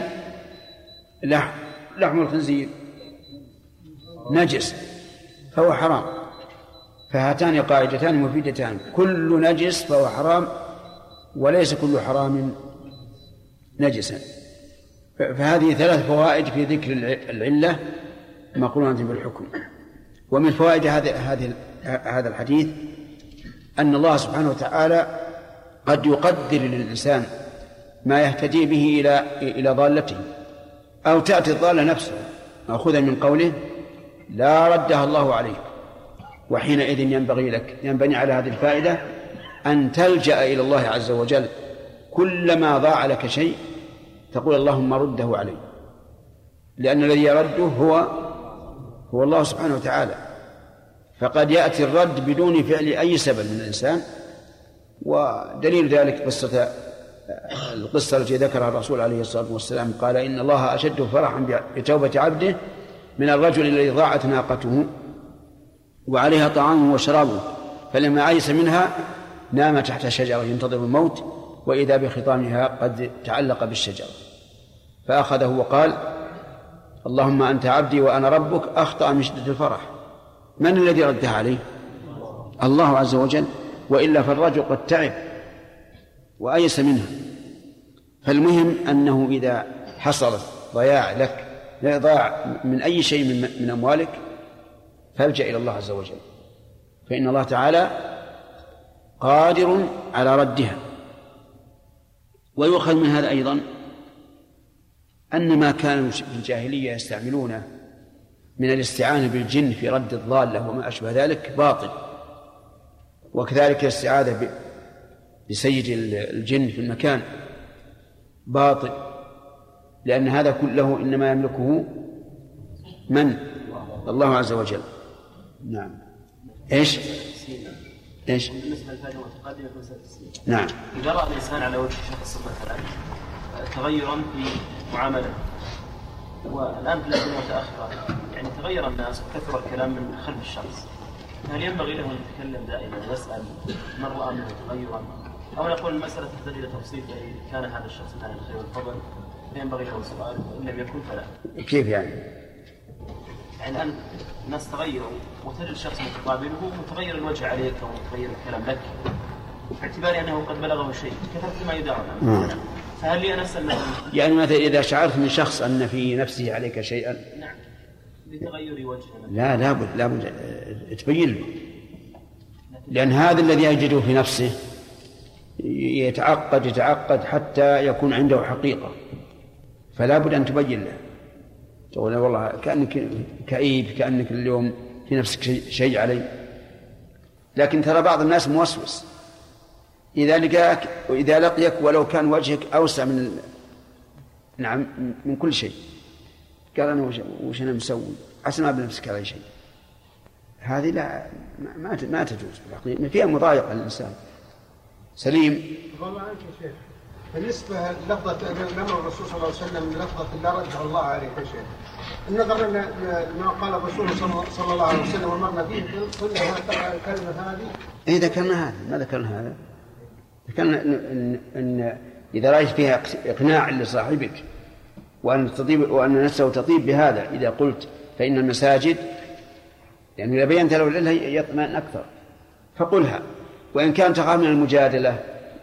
لحم الخنزير نجس فهو حرام. فهاتان قاعدتان مفيدتان: كل نجس فهو حرام وليس كل حرام نجسا. فهذه ثلاث فوائد في ذكر العلة مقرونة بالحكم. ومن فوائد هذه هذا الحديث أن الله سبحانه وتعالى قد يقدر للإنسان ما يهتدي به إلى إلى ضالته، أو تأتي الضالة نفسها مأخوذا من قوله: لا ردها الله عليك. وحينئذ ينبغي لك ينبني على هذه الفائدة أن تلجأ إلى الله عز وجل كلما ضاع لك شيء تقول: اللهم رده علي، لأن الذي يرده هو هو الله سبحانه وتعالى. فقد يأتي الرد بدون فعل أي سبب من الإنسان، ودليل ذلك قصة القصة التي ذكرها الرسول عليه الصلاة والسلام قال: إن الله أشد فرحا بتوبة عبده من الرجل الذي ضاعت ناقته وعليها طعامه وشرابه فلما أيس منها نام تحت شجرة ينتظر الموت وإذا بخطامها قد تعلق بالشجرة، فأخذه وقال: اللهم أنت عبدي وأنا ربك، أخطأ من شدة الفرح. من الذي رده عليه؟ الله عز وجل، وإلا فالرجل قد تعب وأيس منها. فالمهم أنه إذا حصل ضياع لك لا ضاع من أي شيء من, من أموالك فالجأ إلى الله عز وجل، فإن الله تعالى قادر على ردها. ويؤخذ من هذا أيضا أن ما كانوا في الجاهلية يستعملونه من الاستعانة بالجن في رد الضالة وما أشبه ذلك باطل، وكذلك الاستعاذة بسيد الجن في المكان باطل، لأن هذا كله إنما يملكه من؟ الله عز وجل. نعم. إيش؟ إيش؟ بالنسبة للفائدة المتقدمة في مسألة السنين. نعم. إذا رأى الإنسان على وجه شخص مثلا تغيرا في معاملته، والآن في الأزمة المتأخرة يعني تغير الناس وكثر الكلام من خلف الشخص، هل ينبغي له أن يتكلم دائما ويسأل من رأى منه تغيرا، أو نقول المسألة تحتاج إلى تفصيل إذا كان هذا الشخص عن الخير والفضل فينبغي له السؤال، وإن لم يكن فلا؟ كيف يعني؟ يعني الآن الناس تغيروا وتجد الشخص متقابله متغير الوجه عليك أو متغير الكلام لك باعتبار أنه قد بلغه شيء كثرت ما يدار. فهل لي أن أسأل؟ يعني مثلا إذا شعرت من شخص أن في نفسه عليك شيئا، نعم، لتغير وجهه. لا لابد لابد تبين له، لأن هذا الذي يجده في نفسه يتعقد يتعقد حتى يكون عنده حقيقة، فلا بد أن تبين له، تقول والله كأنك كئيب، كأنك اليوم في نفسك شيء علي. لكن ترى بعض الناس موسوس، إذا لقاك وإذا لقيك ولو كان وجهك أوسع من نعم من كل شيء قال أنا وش أنا مسوي، عسى ما بنفسك على شيء، هذه لا ما ما تجوز بالحقيقة، فيها مضايقة للإنسان. سليم. والله عنك يا شيخ، بالنسبة للفظة لما الرسول صلى الله عليه وسلم لفظة لا رجع الله عليك يا شيخ، النظر ما قال الرسول صلى الله عليه وسلم ومرنا به قلنا الكلمة هذه. إيه ذكرنا هذا، ما ذكرنا هذا؟ ذكرنا إن, إن, إن إذا رأيت فيها إقناع لصاحبك وأن تطيب وأن نفسه تطيب بهذا، إذا قلت فإن المساجد يعني إذا بينت له العلة يطمئن أكثر فقلها، وإن كان تخاف من المجادلة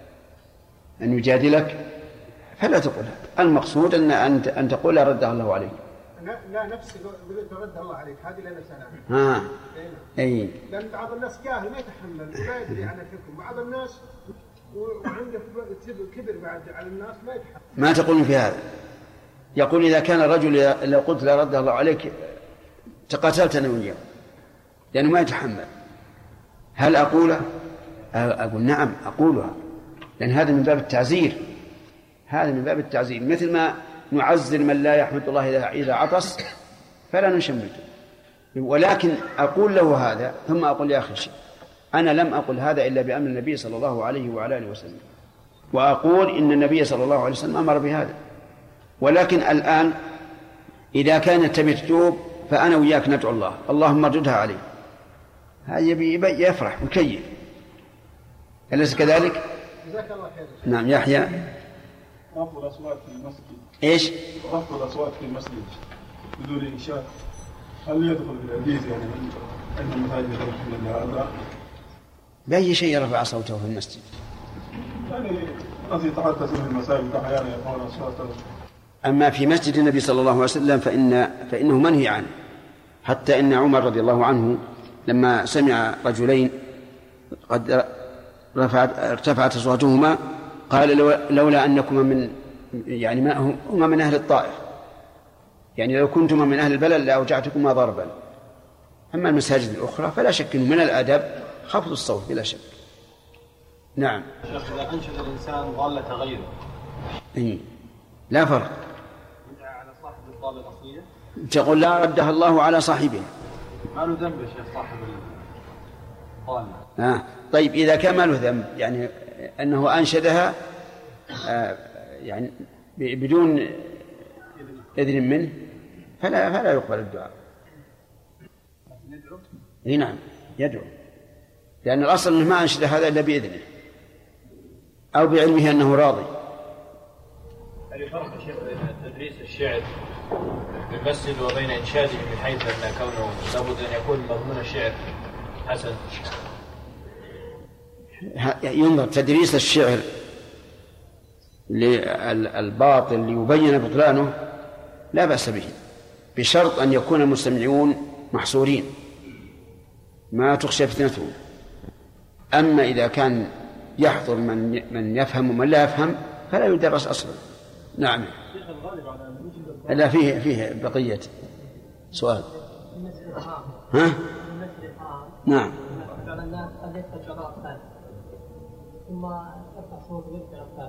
أن يجادلك فلا تقولها. المقصود أن أنت أن تقول رد الله عليك. لا لا نفسي رد الله عليك هذه لنا سلام. ها. أي. لأن بعض الناس جاهل ما يتحمل ولا يدري عن الحكم، بعض الناس وعنده كبر بعد على الناس ما يتحمل. ما تقول في هذا. يقول إذا كان الرجل لو قلت لا رد الله عليك تقاتلت أنا وياه لأنه ما يتحمل، هل أقوله؟ أقول نعم أقولها، لأن هذا من باب التعزير، هذا من باب التعزير، مثل ما نعزر من لا يحمد الله إذا عطس فلا نشمته. ولكن أقول له هذا ثم أقول يا أخي أنا لم أقل هذا إلا بأمر النبي صلى الله عليه وعلى آله وسلم، وأقول إن النبي صلى الله عليه وسلم أمر بهذا. ولكن الآن إذا كان تبي تتوب فأنا وياك ندعو الله اللهم ردها عليه، هذا يبي يفرح ويكيف، أليس كذلك؟ جزاك الله خير. نعم. يحيى. رفض الأصوات في المسجد. إيش؟ رفض الأصوات في المسجد بدون إنشاء، هل يدخل بالحديث يعني أن المساجد يدخل لهذا؟ بأي شيء رفع صوته في المسجد؟ يعني الذي يتحدث في المساجد أحيانا يرفعون أصواتهم. أما في مسجد النبي صلى الله عليه وسلم فإن فإنه منهي عنه، حتى إن عمر رضي الله عنه لما سمع رجلين قد رفعت ارتفعت أصواتهما قال لولا أنكما من يعني ما هما من أهل الطائف، يعني لو كنتما من أهل البلد لأوجعتكما ضربا. أما المساجد الأخرى فلا شك أنه من الأدب خفض الصوت بلا شك. نعم. شيخ إذا أنشد الإنسان ضالة غيره إيه؟ لا فرق. يدعى على صاحب الضالة الأصلية، تقول لا ردها الله على صاحبه، ما له ذنب يا شيخ صاحب الضالة. آه. طيب إذا كان ما له ذنب يعني أنه أنشدها آه يعني بدون إذن منه فلا فلا يقبل الدعاء. يدعو؟ إيه نعم يدعو، لأن الأصل أنه ما أنشد هذا إلا بإذنه أو بعلمه أنه راضي. هل فرق شيخ بين تدريس الشعر في المسجد وبين إنشاده من حيث أن كونه لابد أن يكون مضمون الشعر حسن؟ ينظر تدريس الشعر للباطل ليبين بطلانه لا بأس به، بشرط أن يكون المستمعون محصورين ما تخشى فتنتهم. أما إذا كان يحضر من من يفهم ومن لا يفهم فلا يدرس أصلا. نعم. لا فيه فيه بقية سؤال. ها؟ نعم. ثم يفتح صوت ويرجع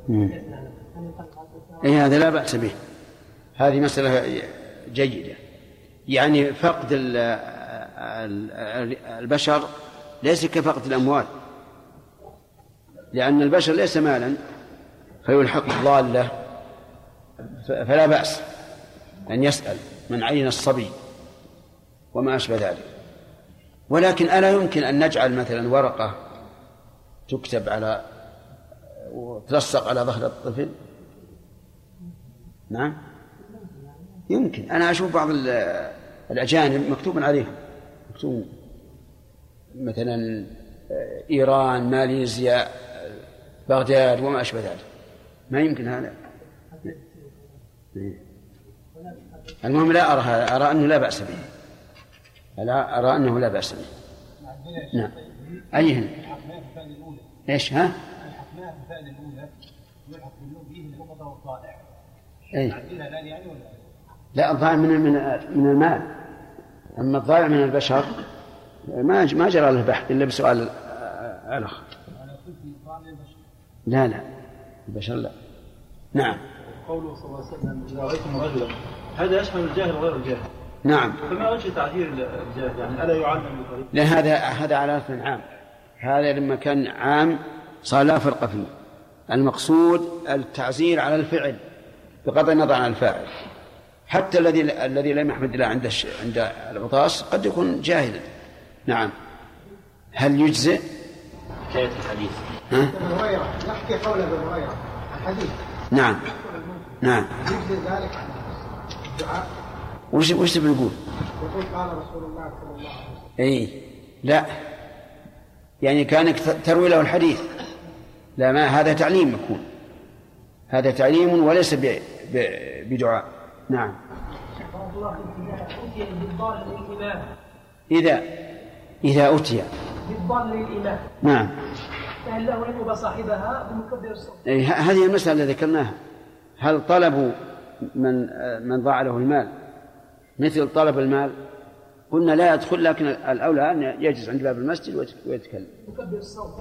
إيه هذا لا بأس به، هذه مسألة جيدة. يعني فقد البشر ليس كفقد الأموال، لأن البشر ليس مالا فيلحق ضالة، فلا بأس أن يسأل من عين الصبي وما أشبه ذلك. ولكن ألا يمكن أن نجعل مثلا ورقة تكتب على وتلصق على ظهر الطفل؟ نعم يمكن. أنا أشوف بعض الأجانب مكتوب عليهم، مكتوب مثلا إيران، ماليزيا، بغداد وما أشبه ذلك. ما يمكن هذا. المهم لا أرى هذا، أرى أنه لا بأس به، لا أرى أنه لا بأس به. نعم. أيهن؟ إيش ها؟ الحكماء في الفائدة الأولى يلحق بالنوم به الفقط والطائع. أي. عدلها لا يعني ولا؟ لا، الضائع من من من المال، أما الضائع من البشر ما ما جرى له بحث إلا بسؤال الأخ. لا لا البشر لا. نعم. قوله صلى الله عليه وسلم إذا رأيتم رجلا، هذا يشمل الجاهل وغير الجاهل. نعم. فما وجه تعذير الجاهل؟ يعني ألا يعلم بطريقة؟ لا، هذا هذا على لفظ عام، هذا لما كان عام صار لا فرق فيه. المقصود التعزير على الفعل بغض النظر عن الفاعل. حتى الذي الذي لم يحمد الله عند عند العطاس قد يكون جاهلا. نعم. هل يجزئ؟ حكاية الحديث. ها؟ هريرة نحكي قول ابن هريرة الحديث. نعم. نعم. يجزي ذلك عن الدعاء. وش وش تبي تقول؟ يقول قال رسول الله صلى الله عليه وسلم. اي لا، يعني كانك تروي له الحديث. لا، ما هذا تعليم يكون، هذا تعليم وليس بدعاء. نعم. إذا إذا أتي بالضال للإمام. نعم. فهل له أن يبقى صاحبها بمكبر الصوت؟ أي هذه المسألة التي ذكرناها. هل طلبوا من من ضاع له المال مثل طلب المال؟ قلنا لا يدخل، لكن الأولى أن يجلس عند باب المسجد ويتكلم. مكبر الصوت.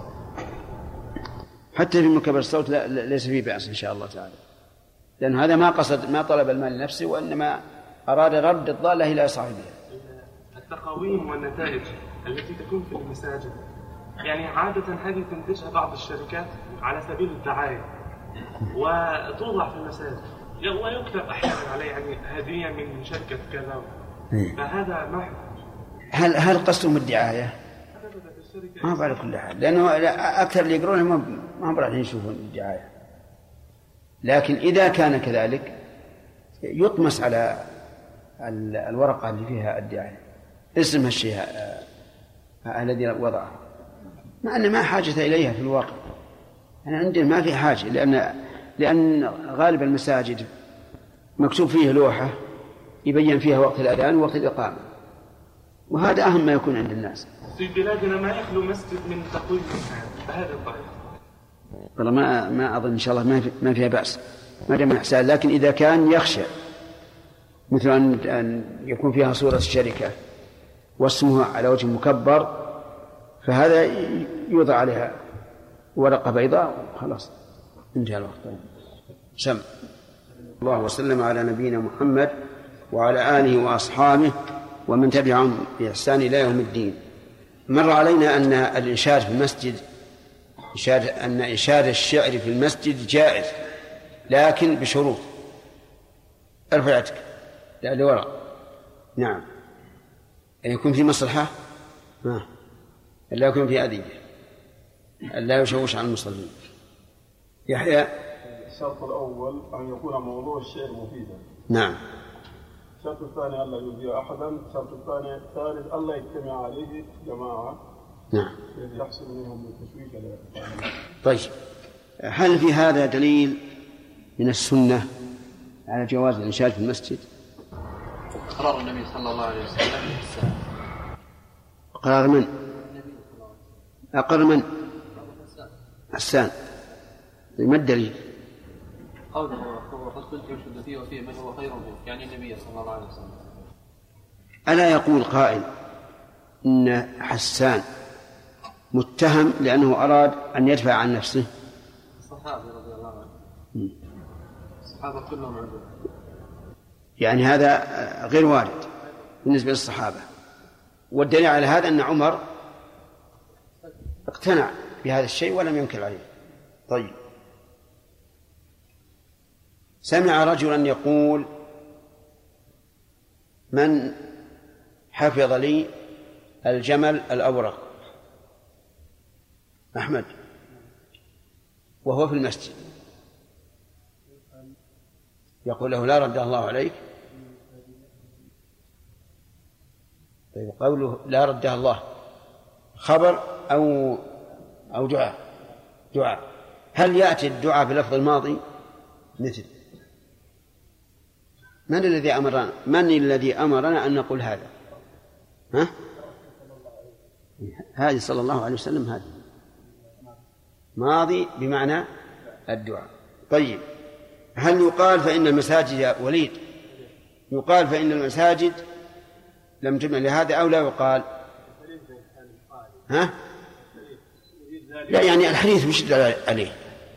حتى في مكبر الصوت لا ليس فيه بأس إن شاء الله تعالى، لأن هذا ما قصد ما طلب المال لنفسه، وإنما أراد رد الضالة إلى صاحبها. التقاويم والنتائج التي تكون في المساجد، يعني عادة هذه تنتجها بعض الشركات على سبيل الدعاية وتوضع في المساجد، ويكتب أحيانا عليه يعني هدية من شركة كذا، فهذا ما هل هل قصدهم الدعاية؟ ما بعرف كل حال، لأنه أكثر اللي يقرونه ما ما راح يشوفون الدعاية. لكن إذا كان كذلك يطمس على الورقة اللي فيها الدعاية اسم الشيء الذي وضعه، مع أن ما حاجة إليها في الواقع. أنا عندي ما في حاجة، لأن لأن غالب المساجد مكتوب فيه لوحة يبين فيها وقت الأذان ووقت الإقامة، وهذا أهم ما يكون عند الناس. في بلادنا ما يخلو مسجد من تقويم بهذه الطريقة. والله ما ما أظن إن شاء الله ما في ما فيها بأس ما دام إحسان، لكن إذا كان يخشى مثل أن يكون فيها صورة الشركة واسمها على وجه مكبر، فهذا يوضع عليها ورقة بيضاء وخلاص انتهى الوقت. سم الله وسلم على نبينا محمد وعلى آله وأصحابه ومن تبعهم بإحسان إلى يوم الدين. مر علينا أن الإنشاد في المسجد إنشاد أن إنشاد الشعر في المسجد جائز، لكن بشروط. ارفع يدك لا لوراء. نعم. أن يكون في مصلحة، لا يكون في أذية، لا يشوش على المصلين. يحيى. الشرط الأول أن يكون موضوع الشعر مفيدا. نعم. الشرط الثاني ألا يؤذي أحدا. الشرط الثاني الثالث ألا يجتمع عليه جماعة. نعم. يحصل منهم التشويش. طيب، هل في هذا دليل من السنة على جواز الإنشاد في المسجد؟ قرار النبي صلى الله عليه وسلم. قرار من؟ أقر من؟ حسان. ما الدليل؟ قوله وقد كنت يشد فيه وفيه من هو خير منه، يعني النبي صلى الله عليه وسلم. ألا يقول قائل إن حسان متهم لأنه أراد أن يدفع عن نفسه؟ الصحابة رضي الله عنهم، الصحابة كلهم عندهم، يعني هذا غير وارد بالنسبة للصحابة. والدليل على هذا أن عمر اقتنع بهذا الشيء ولم ينكر عليه. طيب، سمع رجلا يقول: من حفظ لي الجمل الأورق؟ أحمد، وهو في المسجد، يقول له: لا رد الله عليك. طيب، قوله لا ردها الله خبر أو أو دعاء؟ دعاء. هل يأتي الدعاء بلفظ الماضي مثل من الذي أمرنا من الذي أمرنا أن نقول هذا؟ ها؟ هذه صلى الله عليه وسلم، هذه ماضي بمعنى الدعاء. طيب، هل يقال فإن المساجد يا وليد يقال فإن المساجد لم تبنى لهذا أو لا يقال؟ ها؟ لا، يعني الحديث مش عليه.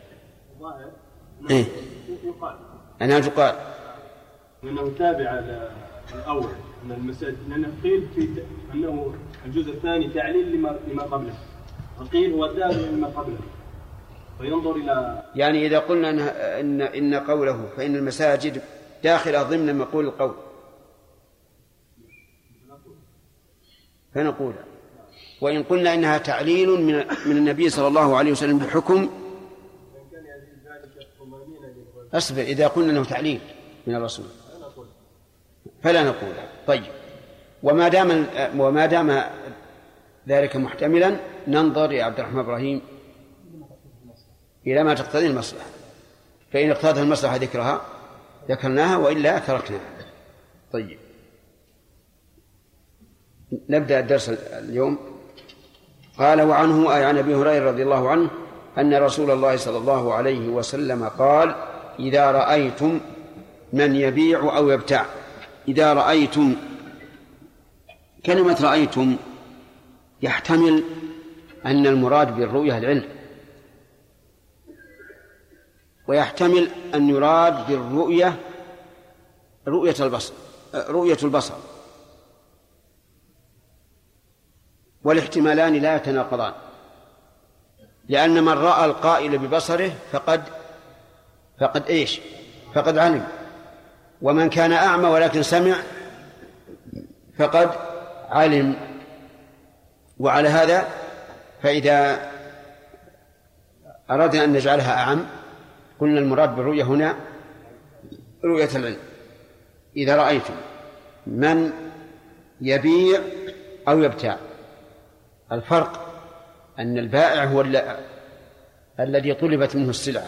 إيه؟ أنا تقال لأنه تابع الأول من المساجد، لأنه قيل في أنه الجزء الثاني تعليل لما لما قبله، وقيل هو تابع لما قبله، فينظر إلى يعني إذا قلنا إن إن قوله فإن المساجد داخلة ضمن مقول القول فنقول، وإن قلنا إنها تعليل من من النبي صلى الله عليه وسلم بحكم، أصبر، إذا قلنا أنه تعليل من الرسول فلا نقول. طيب، وما دام وما دام ذلك محتملا ننظر يا عبد الرحمن إبراهيم إلى ما تقتضي المصلحة، فإن اقتضت المصلحة ذكرها ذكرناها وإلا تركناها. طيب، نبدأ الدرس اليوم. قال: وعنه أي عن أبي هريرة رضي الله عنه أن رسول الله صلى الله عليه وسلم قال: إذا رأيتم من يبيع أو يبتاع. إذا رأيتم، كلمة رأيتم يحتمل أن المراد بالرؤية العلم، ويحتمل أن يراد بالرؤية رؤية البصر رؤية البصر والاحتمالان لا يتناقضان، لأن من رأى القائل ببصره فقد فقد إيش فقد علم، ومن كان أعمى ولكن سمع فقد علم. وعلى هذا فإذا أردنا أن نجعلها أعم قلنا المراد بالرؤية هنا رؤية العلم. إذا رأيتم من يبيع أو يبتاع، الفرق أن البائع هو الذي طلبت منه السلعة،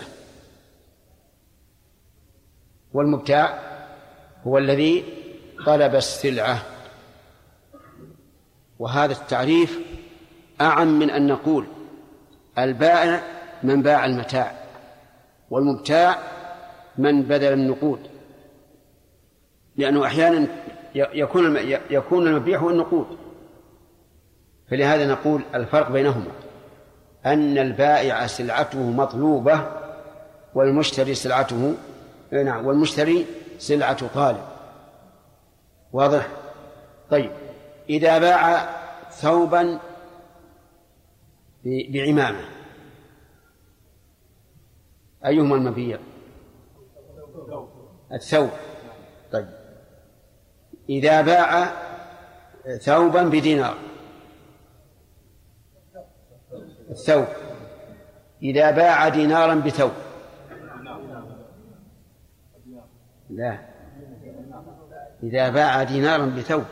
والمبتاع هو الذي طلب السلعة. وهذا التعريف أعم من أن نقول البائع من باع المتاع، والمبتاع من بدل النقود، لأنه أحيانا يكون يكون المبيع هو النقود. فلهذا نقول الفرق بينهما أن البائع سلعته مطلوبة والمشتري سلعته نعم والمشتري سلعة طالب. واضح؟ طيب، إذا باع ثوبا بعمامة أيهما المبيع؟ الثوب. طيب، إذا باع ثوبا بدينار الثوب. إذا باع دينارا بثوب لا، إذا باع دينارا بثوب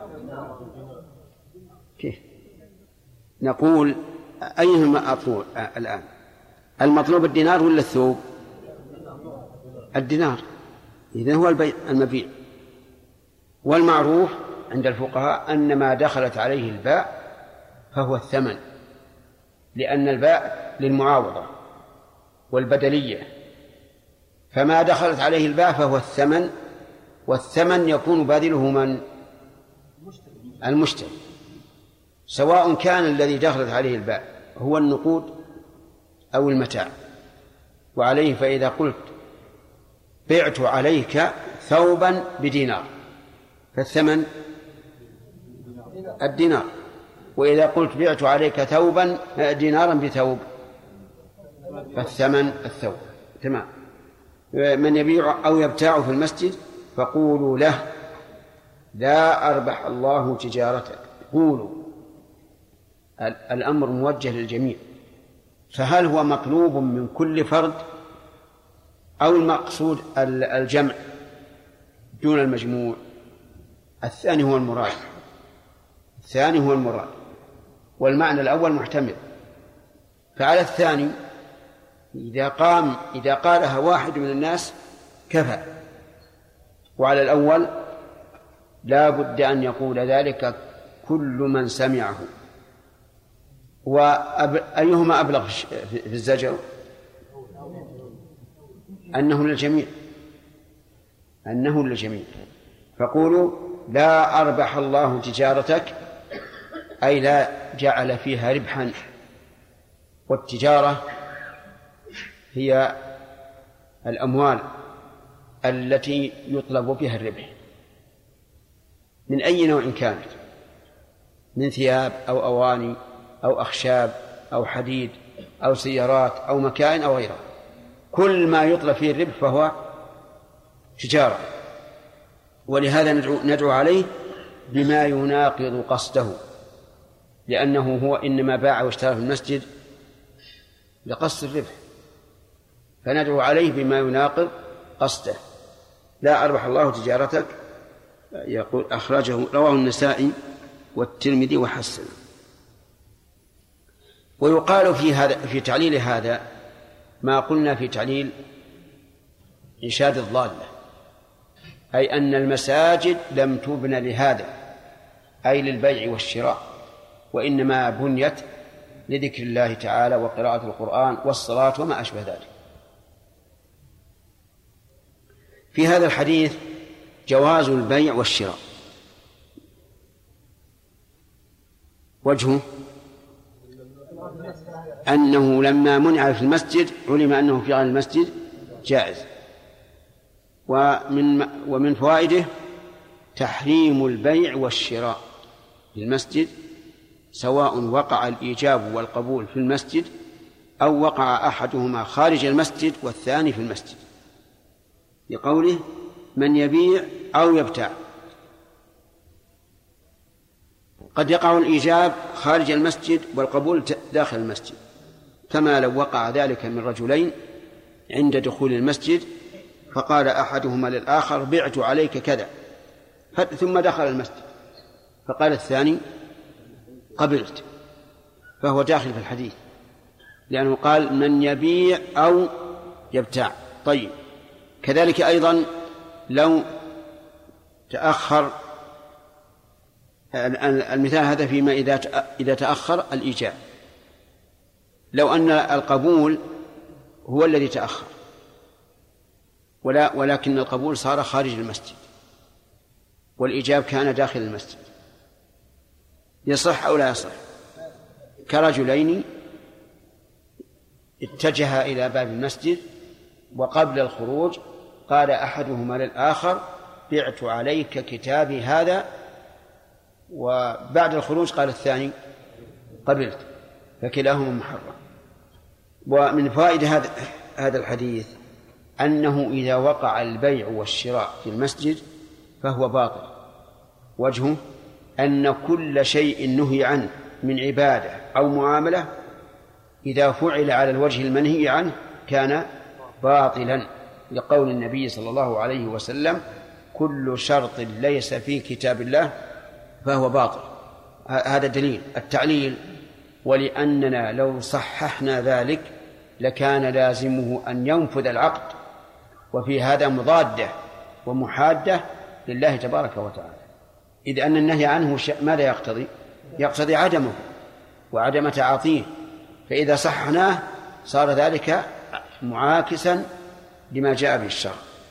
كيف نقول أيهما أطول الآن؟ المطلوب الدينار ولا الثوب؟ الدينار. إذن هو البيع المبيع. والمعروف عند الفقهاء أن ما دخلت عليه الباء فهو الثمن، لأن الباء للمعاوضة والبدلية، فما دخلت عليه الباء فهو الثمن، والثمن يكون باذله من؟ المشتري، سواء كان الذي دخلت عليه الباء هو النقود أو المتاع. وعليه فإذا قلت بعت عليك ثوبا بدينار فالثمن الدينار، وإذا قلت بعت عليك ثوبا دينارا بثوب فالثمن الثوب. تمام. من يبيع أو يبتاع في المسجد فقولوا له لا أربح الله تجارتك. قولوا، الأمر موجه للجميع، فهل هو مطلوب من كل فرد أو المقصود الجمع دون المجموع؟ الثاني هو المراد الثاني هو المراد والمعنى الأول محتمل. فعلى الثاني إذا قام إذا قالها واحد من الناس كفى، وعلى الأول لا بد أن يقول ذلك كل من سمعه. وأيهما أبلغ في الزجر؟ أنه للجميع، أنه للجميع. فقولوا لا أربح الله تجارتك، أي لا جعل فيها ربحا. والتجارة هي الأموال التي يطلب بها الربح من أي نوع كانت، من ثياب أو أواني أو أخشاب أو حديد أو سيارات أو مكائن أو غيرها. كل ما يطلب فيه الربح فهو تجارة. ولهذا ندعو, ندعو عليه بما يناقض قصده، لأنه هو إنما باع واشترى في المسجد لقصد الربح، فندعو عليه بما يناقض قصده. لا أربح الله تجارتك، يقول أخرجه رواه النسائي والترمذي وحسن. ويقال في هذا في تعليل هذا ما قلنا في تعليل إنشاد الضالة، أي أن المساجد لم تبن لهذا، أي للبيع والشراء، وإنما بنيت لذكر الله تعالى وقراءة القرآن والصلاة وما أشبه ذلك. في هذا الحديث جواز البيع والشراء. وجهه أنه لما منع في المسجد علم أنه في غير المسجد جائز. ومن ومن فوائده تحريم البيع والشراء في المسجد، سواء وقع الإيجاب والقبول في المسجد أو وقع أحدهما خارج المسجد والثاني في المسجد، لقوله من يبيع أو يبتاع. قد يقع الإيجاب خارج المسجد والقبول داخل المسجد، كما لو وقع ذلك من رجلين عند دخول المسجد فقال أحدهما للآخر بعت عليك كذا، ثم دخل المسجد فقال الثاني قبلت، فهو داخل في الحديث، لأنه قال من يبيع أو يبتاع. طيب، كذلك أيضا لو تأخر المثال هذا فيما إذا تأخر الإيجاب، لو أن القبول هو الذي تأخر ولا ولكن القبول صار خارج المسجد والإيجاب كان داخل المسجد، يصح أو لا يصح؟ كرجلين اتجها إلى باب المسجد وقبل الخروج قال أحدهما للآخر بعت عليك كتابي هذا، وبعد الخروج قال الثاني قبلت، فكلاهما محرم. ومن فائدة هذا هذا الحديث أنه إذا وقع البيع والشراء في المسجد فهو باطل. وجهه أن كل شيء نهي عنه من عبادة أو معاملة إذا فعل على الوجه المنهي عنه كان باطلا، لقول النبي صلى الله عليه وسلم كل شرط ليس في كتاب الله فهو باطل. هذا دليل التعليل. ولأننا لو صححنا ذلك لكان لازمه أن ينفذ العقد، وفي هذا مضادة ومحادة لله تبارك وتعالى، إذ أن النهي عنه ماذا يقتضي؟ يقتضي عدمه وعدم تعاطيه، فإذا صححناه صار ذلك معاكسا لما جاء به الشرع.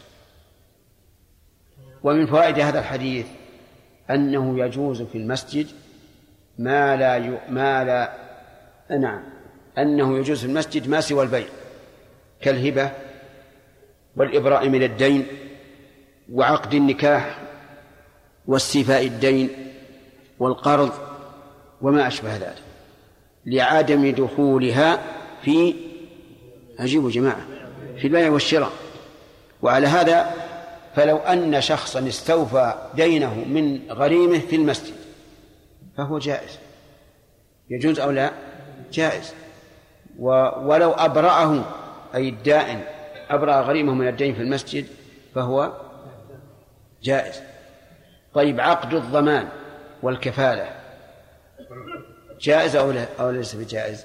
ومن فوائد هذا الحديث أنه يجوز في المسجد ما لا ي... ما لا نعم أنه يجوز في المسجد ما سوى البيع كالهبة والإبراء من الدين وعقد النكاح واستيفاء الدين والقرض وما أشبه ذلك، لعدم دخولها في أجيبوا جماعة في البيع والشراء. وعلى هذا فلو أن شخصا استوفى دينه من غريمه في المسجد فهو جائز، يجوز أو لا؟ جائز. ولو أبرأه أي الدائن أبرأ غريمه من الدين في المسجد فهو جائز. طيب، عقد الضمان والكفالة جائز أو لا أو ليس بجائز؟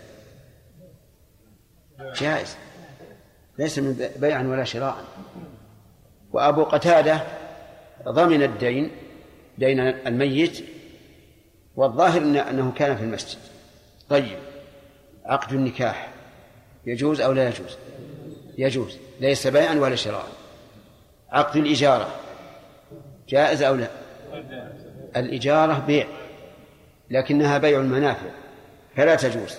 جائز، ليس من بيعا ولا شراء. وأبو قتادة ضمن الدين دين الميت، والظاهر أنه كان في المسجد. طيب عقد النكاح يجوز أو لا يجوز؟ يجوز، ليس بيعا ولا شراء. عقد الإجارة جائز أو لا؟ الإجارة بيع لكنها بيع المنافع فلا تجوز.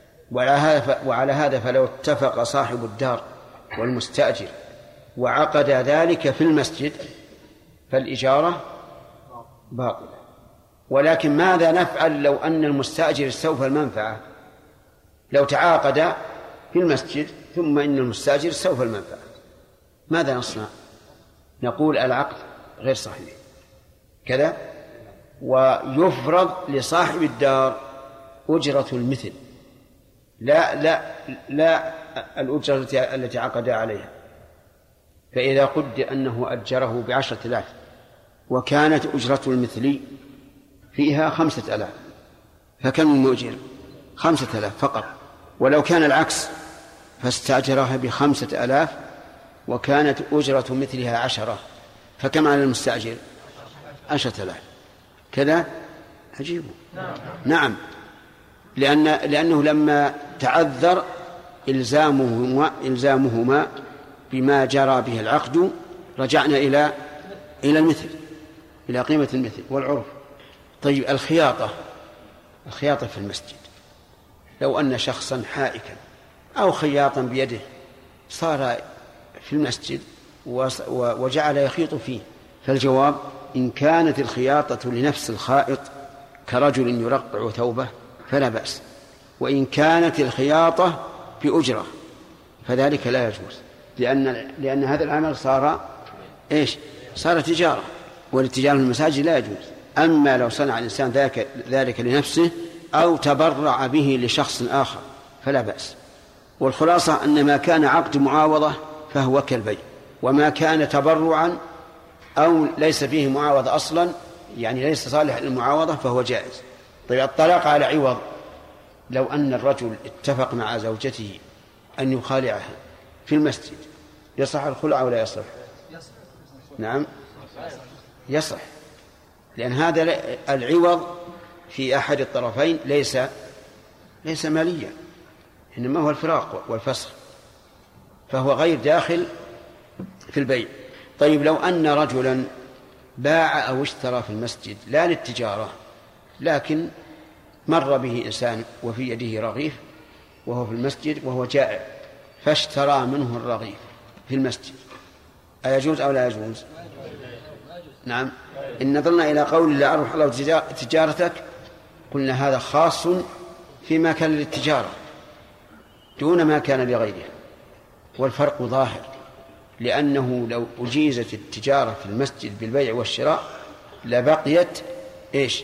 وعلى هذا فلو اتفق صاحب الدار والمستأجر وعقد ذلك في المسجد فالإجارة باطلة. ولكن ماذا نفعل لو أن المستأجر استوفى المنفعة؟ لو تعاقد في المسجد ثم إن المستأجر استوفى المنفعة ماذا نصنع؟ نقول العقد غير صحيح كذا، ويفرض لصاحب الدار أجرة المثل لا لا لا الأجرة التي عقد عليها. فإذا قدر أنه أجره بعشرة آلاف وكانت أجرة المثل فيها خمسة آلاف فكم المؤجر؟ خمسة آلاف فقط. ولو كان العكس فاستأجرها بخمسة آلاف وكانت أجرة مثلها عشرة فكم على المستأجر؟ عشرة آلاف كذا. عجيب. نعم، لأن لأنه لما تعذر إلزامهما إلزامهما بما جرى به العقد رجعنا إلى إلى المثل، إلى قيمة المثل والعرف. طيب الخياطة الخياطة في المسجد، لو أن شخصا حائكا أو خياطا بيده صار في المسجد وجعل يخيط فيه، فالجواب إن كانت الخياطة لنفس الخائط كرجل يرقع ثوبه فلا بأس، وإن كانت الخياطة بأجرة فذلك لا يجوز، لأن لأن هذا العمل صار إيش؟ صار تجارة، والتجارة في المساجد لا يجوز. أما لو صنع الإنسان ذلك ذلك لنفسه أو تبرع به لشخص آخر فلا بأس. والخلاصة أن ما كان عقد معاوضة فهو كالبيع، وما كان تبرعا أو ليس فيه معاوضة أصلا يعني ليس صالح للمعاوضة فهو جائز. طيب الطلاق على عوض، لو أن الرجل اتفق مع زوجته أن يخالعها في المسجد يصح الخلع ولا يصح؟ نعم يصح، لأن هذا العوض في أحد الطرفين ليس ليس ماليا، إنما هو الفراق والفسخ، فهو غير داخل في البيع. طيب لو أن رجلا باع أو اشترى في المسجد لا للتجارة لكن مر به إنسان وفي يده رغيف وهو في المسجد وهو جائع فاشترى منه الرغيف في المسجد، أيجوز أو لا يجوز؟ نعم، إن نظرنا إلى قول لا أربح الله تجارتك قلنا هذا خاص فيما كان للتجارة دون ما كان لغيره، والفرق ظاهر، لأنه لو أجيزت التجارة في المسجد بالبيع والشراء لبقيت إيش؟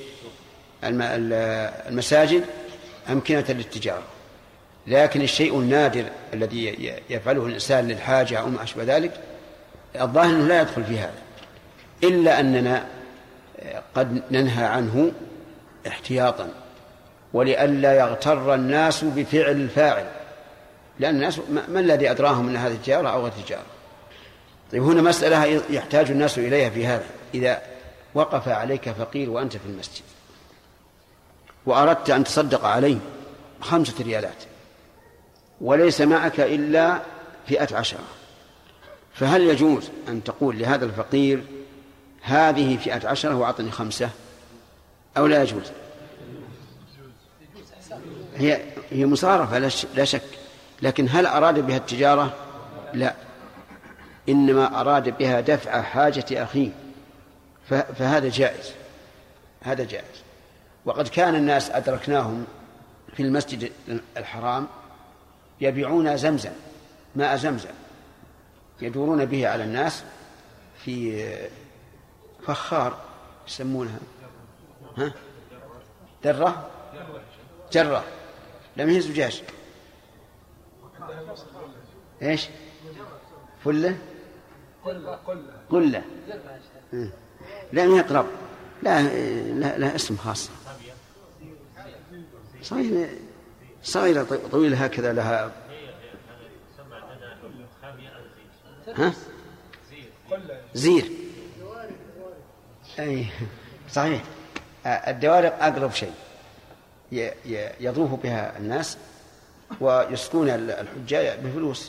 المساجد أمكنة للتجارة، لكن الشيء النادر الذي يفعله الإنسان للحاجة أو ما أشبه ذلك الظاهر أنه لا يدخل في هذا، إلا أننا قد ننهى عنه احتياطا ولئلا يغتر الناس بفعل الفاعل، لأن الناس ما الذي أدراهم أن هذه تجارة أو غير تجارة. طيب هنا مسألة يحتاج الناس إليها في هذا، إذا وقف عليك فقير وأنت في المسجد وأردت أن تصدق عليه خمسة ريالات وليس معك إلا فئة عشرة، فهل يجوز أن تقول لهذا الفقير هذه فئة عشرة وأعطني خمسة أو لا يجوز؟ هي هي مصارفة لا شك، لكن هل أراد بها التجارة؟ لا، إنما أراد بها دفع حاجة أخيه، فهذا جائز، هذا جائز. وقد كان الناس أدركناهم في المسجد الحرام يبيعون زمزم، ماء زمزم، يدورون به على الناس في فخار يسمونها ها درة جرة، لم هي زجاج، ايش فلة قلة، لم يقرب، لا لا, لا اسم خاص، صغيرة صغيرة طويلة هكذا لها ها زير أي صحيح. الدوارق أقرب شيء يطوف بها الناس ويسقون الحجاج بفلوس،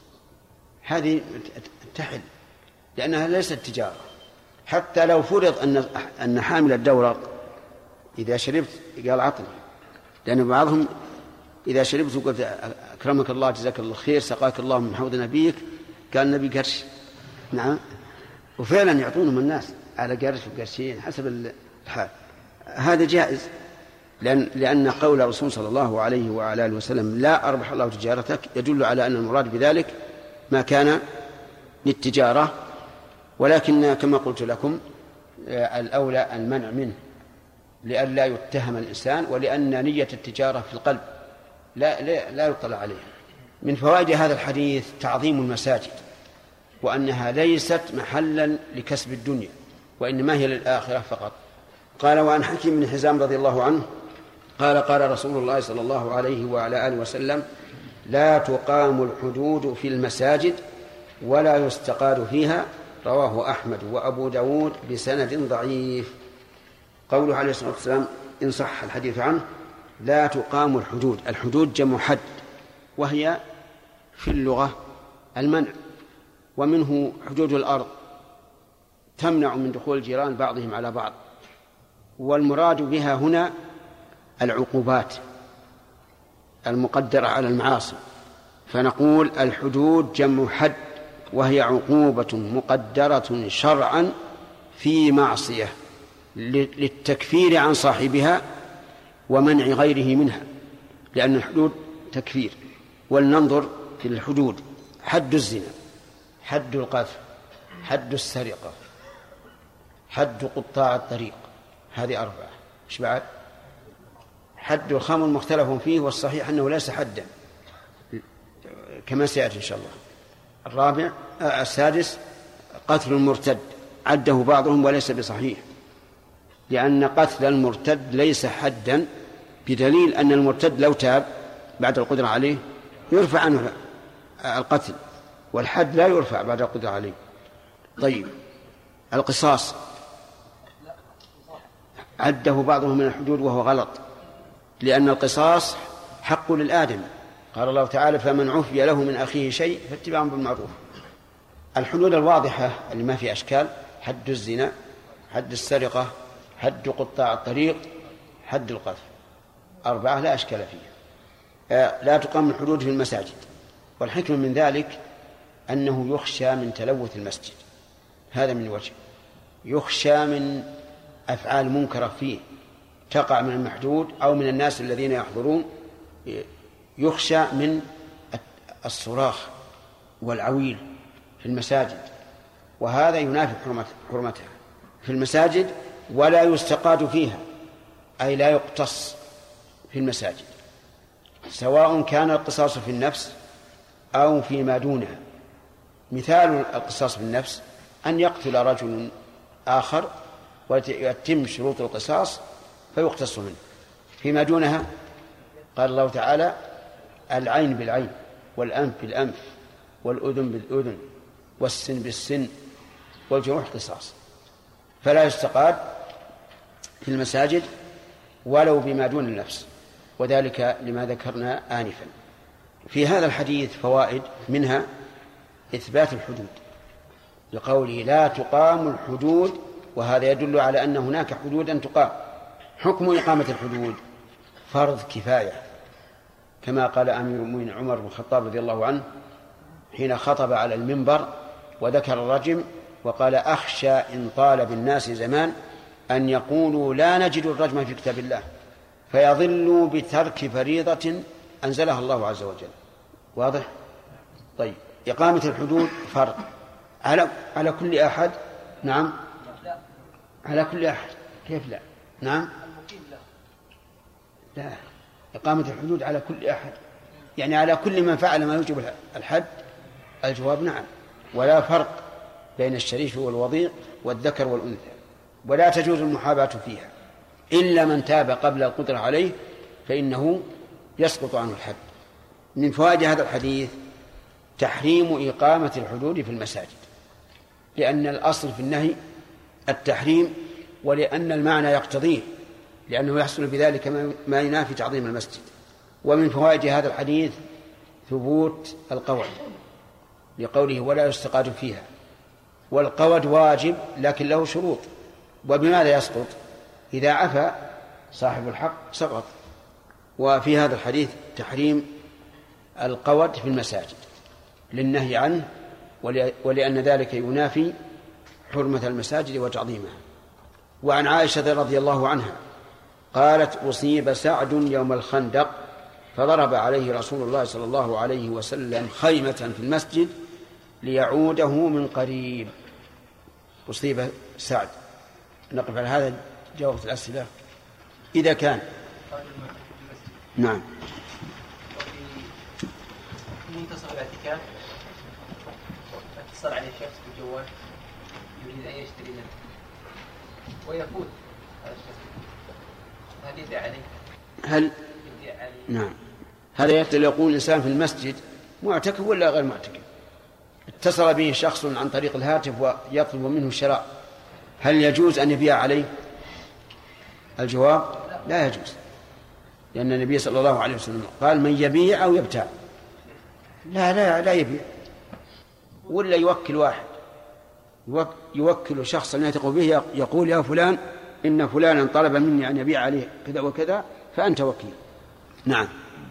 هذه تحل لأنها ليست تجارة. حتى لو فرض أن أن حامل الدورق إذا شربت قال عطني، لأن بعضهم إذا شربت وقلت أكرمك الله جزاك الله خير سقاك الله من حوض نبيك قال النبي قرش. نعم، وفعلا يعطونهم الناس على قرش وقرشين حسب الحال. هذا جائز، لأن لأن قول الرسول صلى الله عليه وعلى آله وسلم لا أربح الله تجارتك يدل على أن المراد بذلك ما كان للتجارة، ولكن كما قلت لكم الأولى المنع منه لئلا يتهم الإنسان، ولأن نية التجارة في القلب لا, لا, لا يطلع عليها. من فوائد هذا الحديث تعظيم المساجد، وأنها ليست محلا لكسب الدنيا وإنما هي للآخرة فقط. قال وعن حكيم بن حزام رضي الله عنه قال قال رسول الله صلى الله عليه وعلى آله وسلم لا تقام الحدود في المساجد ولا يستقاد فيها، رواه أحمد وأبو داود بسند ضعيف. قوله عليه الصلاة والسلام إن صح الحديث عنه لا تقام الحدود، الحدود جمع حد، وهي في اللغة المنع، ومنه حدود الأرض تمنع من دخول الجيران بعضهم على بعض، والمراد بها هنا العقوبات المقدرة على المعاصي، فنقول الحدود جمع حد وهي عقوبة مقدرة شرعا في معصية للتكفير عن صاحبها ومنع غيره منها، لأن الحدود تكفير. ولننظر في الحدود: حد الزنا، حد القذف، حد السرقة، حد قطاع الطريق، هذه أربعة. إيش بعد؟ حد الخمر مختلف فيه، والصحيح أنه ليس حدا كما سيأتي إن شاء الله. الرابع آه السادس قتل المرتد، عده بعضهم وليس بصحيح، لأن قتل المرتد ليس حدا، بدليل أن المرتد لو تاب بعد القدرة عليه يرفع عنه القتل، والحد لا يرفع بعد القدرة عليه. طيب القصاص عده بعضهم من الحدود وهو غلط، لأن القصاص حق للآدم، قال الله تعالى فمن عفي له من أخيه شيء فاتباع بالمعروف. الحدود الواضحة اللي ما في أشكال: حد الزنا، حد السرقة، حد قطاع الطريق، حد القذف، أربعة لا أشكال فيها. لا تقام الحدود في المساجد، والحكمة من ذلك أنه يخشى من تلوث المسجد، هذا من وجه، يخشى من أفعال منكرة فيه تقع من المحدود أو من الناس الذين يحضرون، يخشى من الصراخ والعويل في المساجد، وهذا ينافي حرمتها في المساجد. ولا يستقاد فيها، أي لا يقتص في المساجد، سواء كان القصاص في النفس أو فيما دونها. مثال القصاص في النفس أن يقتل رجل آخر ويتم شروط القصاص فيقتص منه. فيما دونها قال الله تعالى العين بالعين، والأنف بالأنف، والأذن بالأذن، والسن بالسن، والجروح قصاص، فلا يستقاد في المساجد ولو بما دون النفس، وذلك لما ذكرنا آنفا. في هذا الحديث فوائد، منها إثبات الحدود لقوله لا تقام الحدود، وهذا يدل على أن هناك حدودا تقام. حكم إقامة الحدود فرض كفاية، كما قال أمير المؤمنين عمر بن الخطاب رضي الله عنه حين خطب على المنبر وذكر الرجم، وقال أخشى إن طال بالناس زمان أن يقولوا لا نجد الرجم في كتاب الله فيضلوا بترك فريضة أنزلها الله عز وجل. واضح؟ طيب إقامة الحدود فرض على على كل أحد. نعم، على كل أحد. كيف لا؟ نعم، لا، إقامة الحدود على كل أحد، يعني على كل من فعل ما يوجب الحد. الجواب نعم، ولا فرق بين الشريف والوضيع والذكر والأنثى، ولا تجوز المحاباة فيها إلا من تاب قبل القدرة عليه فإنه يسقط عنه الحد. من فوائد هذا الحديث تحريم إقامة الحدود في المساجد، لأن الأصل في النهي التحريم ولأن المعنى يقتضيه، لأنه يحصل بذلك ما ينافي تعظيم المسجد. ومن فوائد هذا الحديث ثبوت القود لقوله ولا يستقاد فيها، والقود واجب لكن له شروط. وبماذا يسقط؟ إذا عفى صاحب الحق سقط. وفي هذا الحديث تحريم القود في المساجد للنهي عنه، ولأن ذلك ينافي حرمة المساجد وتعظيمها. وعن عائشة رضي الله عنها قالت أصيب سعد يوم الخندق فضرب عليه رسول الله صلى الله عليه وسلم خيمة في المسجد ليعوده من قريب. أصيب سعد. نقف على هذا جواب الأسئلة إذا كان. نعم. في منتصف الاعتكاف اتصل عليه شخص بالجوال يريد أن يشتري منه ويفوت هذا الشخص، هل يدعي عليه؟ هل يدعي عليه؟ نعم. هذا يقتل يقول الإنسان في المسجد معتكف ولا غير معتكف، اتصل به شخص عن طريق الهاتف ويطلب منه الشراء، هل يجوز أن يبيع عليه؟ الجواب لا يجوز، لأن النبي صلى الله عليه وسلم قال من يبيع أو يبتاع. لا لا لا يبيع، ولا يوكل واحد، يوكل شخصا يثق به يقول يا فلان إن فلانا طلب مني أن يبيع عليه كذا وكذا فأنت وكيل. نعم.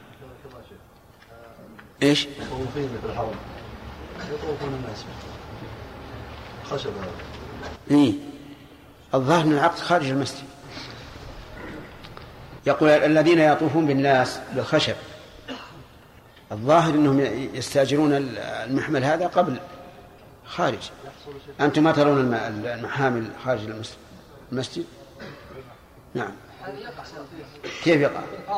إيش؟ يطوفون في الحرم يطوفون الناس خشب هذا. إيه الظاهر من العقد خارج المسجد. يقول الذين يطوفون بالناس بالخشب، الظاهر أنهم يستأجرون المحمل هذا قبل خارج. أنتم ما ترون المحامل خارج المسجد؟ نعم. كيف يقع؟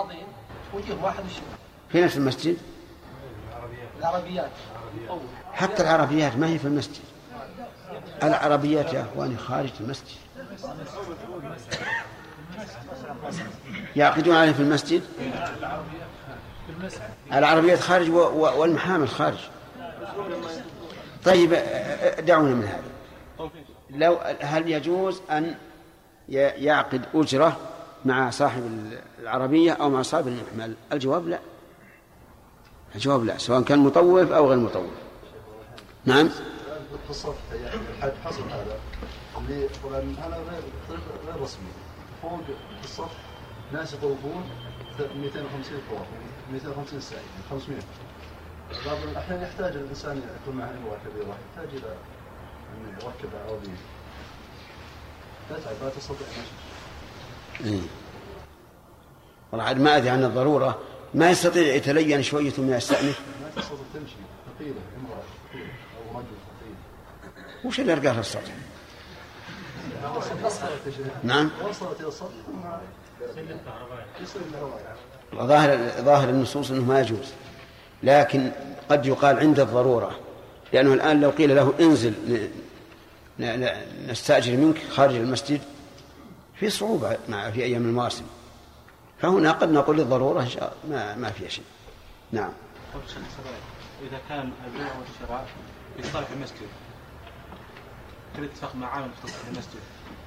في نفس المسجد؟ العربيات. حتى العربيات ما هي في المسجد، العربيات يا أخواني خارج المسجد، يعقدون عليه في المسجد. العربيات خارج والمحامل خارج. طيب دعونا من هذا. لو هل يجوز أن يعقد أجرة مع صاحب العربية أو مع صاحب المحمل؟ الجواب لا. الجواب لا، سواء كان مطوف أو غير مطوف. نعم. في الصف يعني الحد حصل هذا اللي هذا غير غير رسمي. فوق في الصف ناس يطوفون مئتين وخمسين طواف، مئتين وخمسين سعي، خمسمائة. بعض الأحيان يحتاج الإنسان يكون معه أموال كبيرة، يحتاج إلى أن يركب عربية. تتعب لا تستطيع مشي. والله عاد ما أدري عن الضرورة، ما يستطيع يتلين شوية ثم يستأنف. ما تستطيع تمشي، ثقيلة، امرأة ثقيلة أو رجل ثقيل. وش اللي أرقاه في السطح؟ نعم. وصلت إلى السطح. ظاهر ظاهر النصوص أنه ما يجوز، لكن قد يقال عند الضرورة، لأنه الآن لو قيل له انزل نستأجر منك خارج المسجد في صعوبة مع في أيام المواسم، فهنا قد نقول للضرورة إن شاء ما ما فيها شيء. نعم. إذا كان البيع والشراء لصالح المسجد كالاتفاق مع عامل مختص المسجد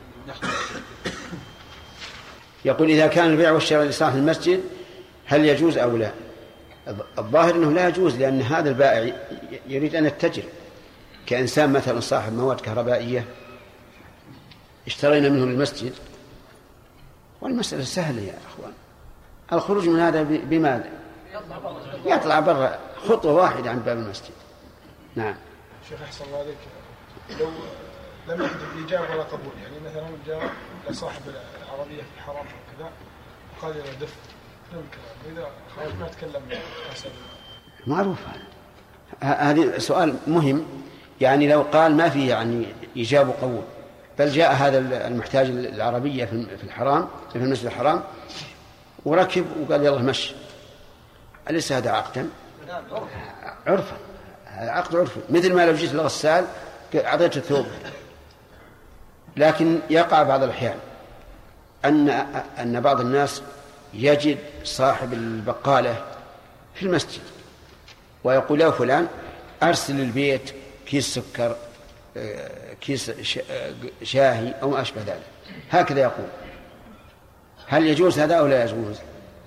يقول إذا كان البيع والشراء لصالح المسجد هل يجوز أو لا؟ الظاهر أنه لا يجوز، لأن هذا البائع يريد أن يتجر، كإنسان مثلا صاحب مواد كهربائية اشترينا منه المسجد، والمسألة سهلة يا أخوان، الخروج من هذا بماذا؟ يطلع برا خطوة واحدة عن باب المسجد. نعم. شيخ أحسن الله عليك، لو لم يحدث إيجاب ولا قبول، يعني مثلا جاء لصاحب العربية في حرام وكذا وقال له دف نعم كلام، إذا خرج ما تكلم معروف. هذا سؤال مهم، يعني لو قال ما في يعني إيجاب وقبول، بل جاء هذا المحتاج العربية في الحرام في المسجد الحرام وركب وقال يلا مشي، أليس هذا عقدا؟ عرفا، عقد عرفي، مثل ما لو جيت الغسال أعطيته الثوب. لكن يقع بعض الأحيان أن أن بعض الناس يجد صاحب البقالة في المسجد ويقول له فلان أرسل البيت كيس سكر، كيس شاهي أو ما أشبه ذلك، هكذا يقول. هل يجوز هذا أو لا يجوز؟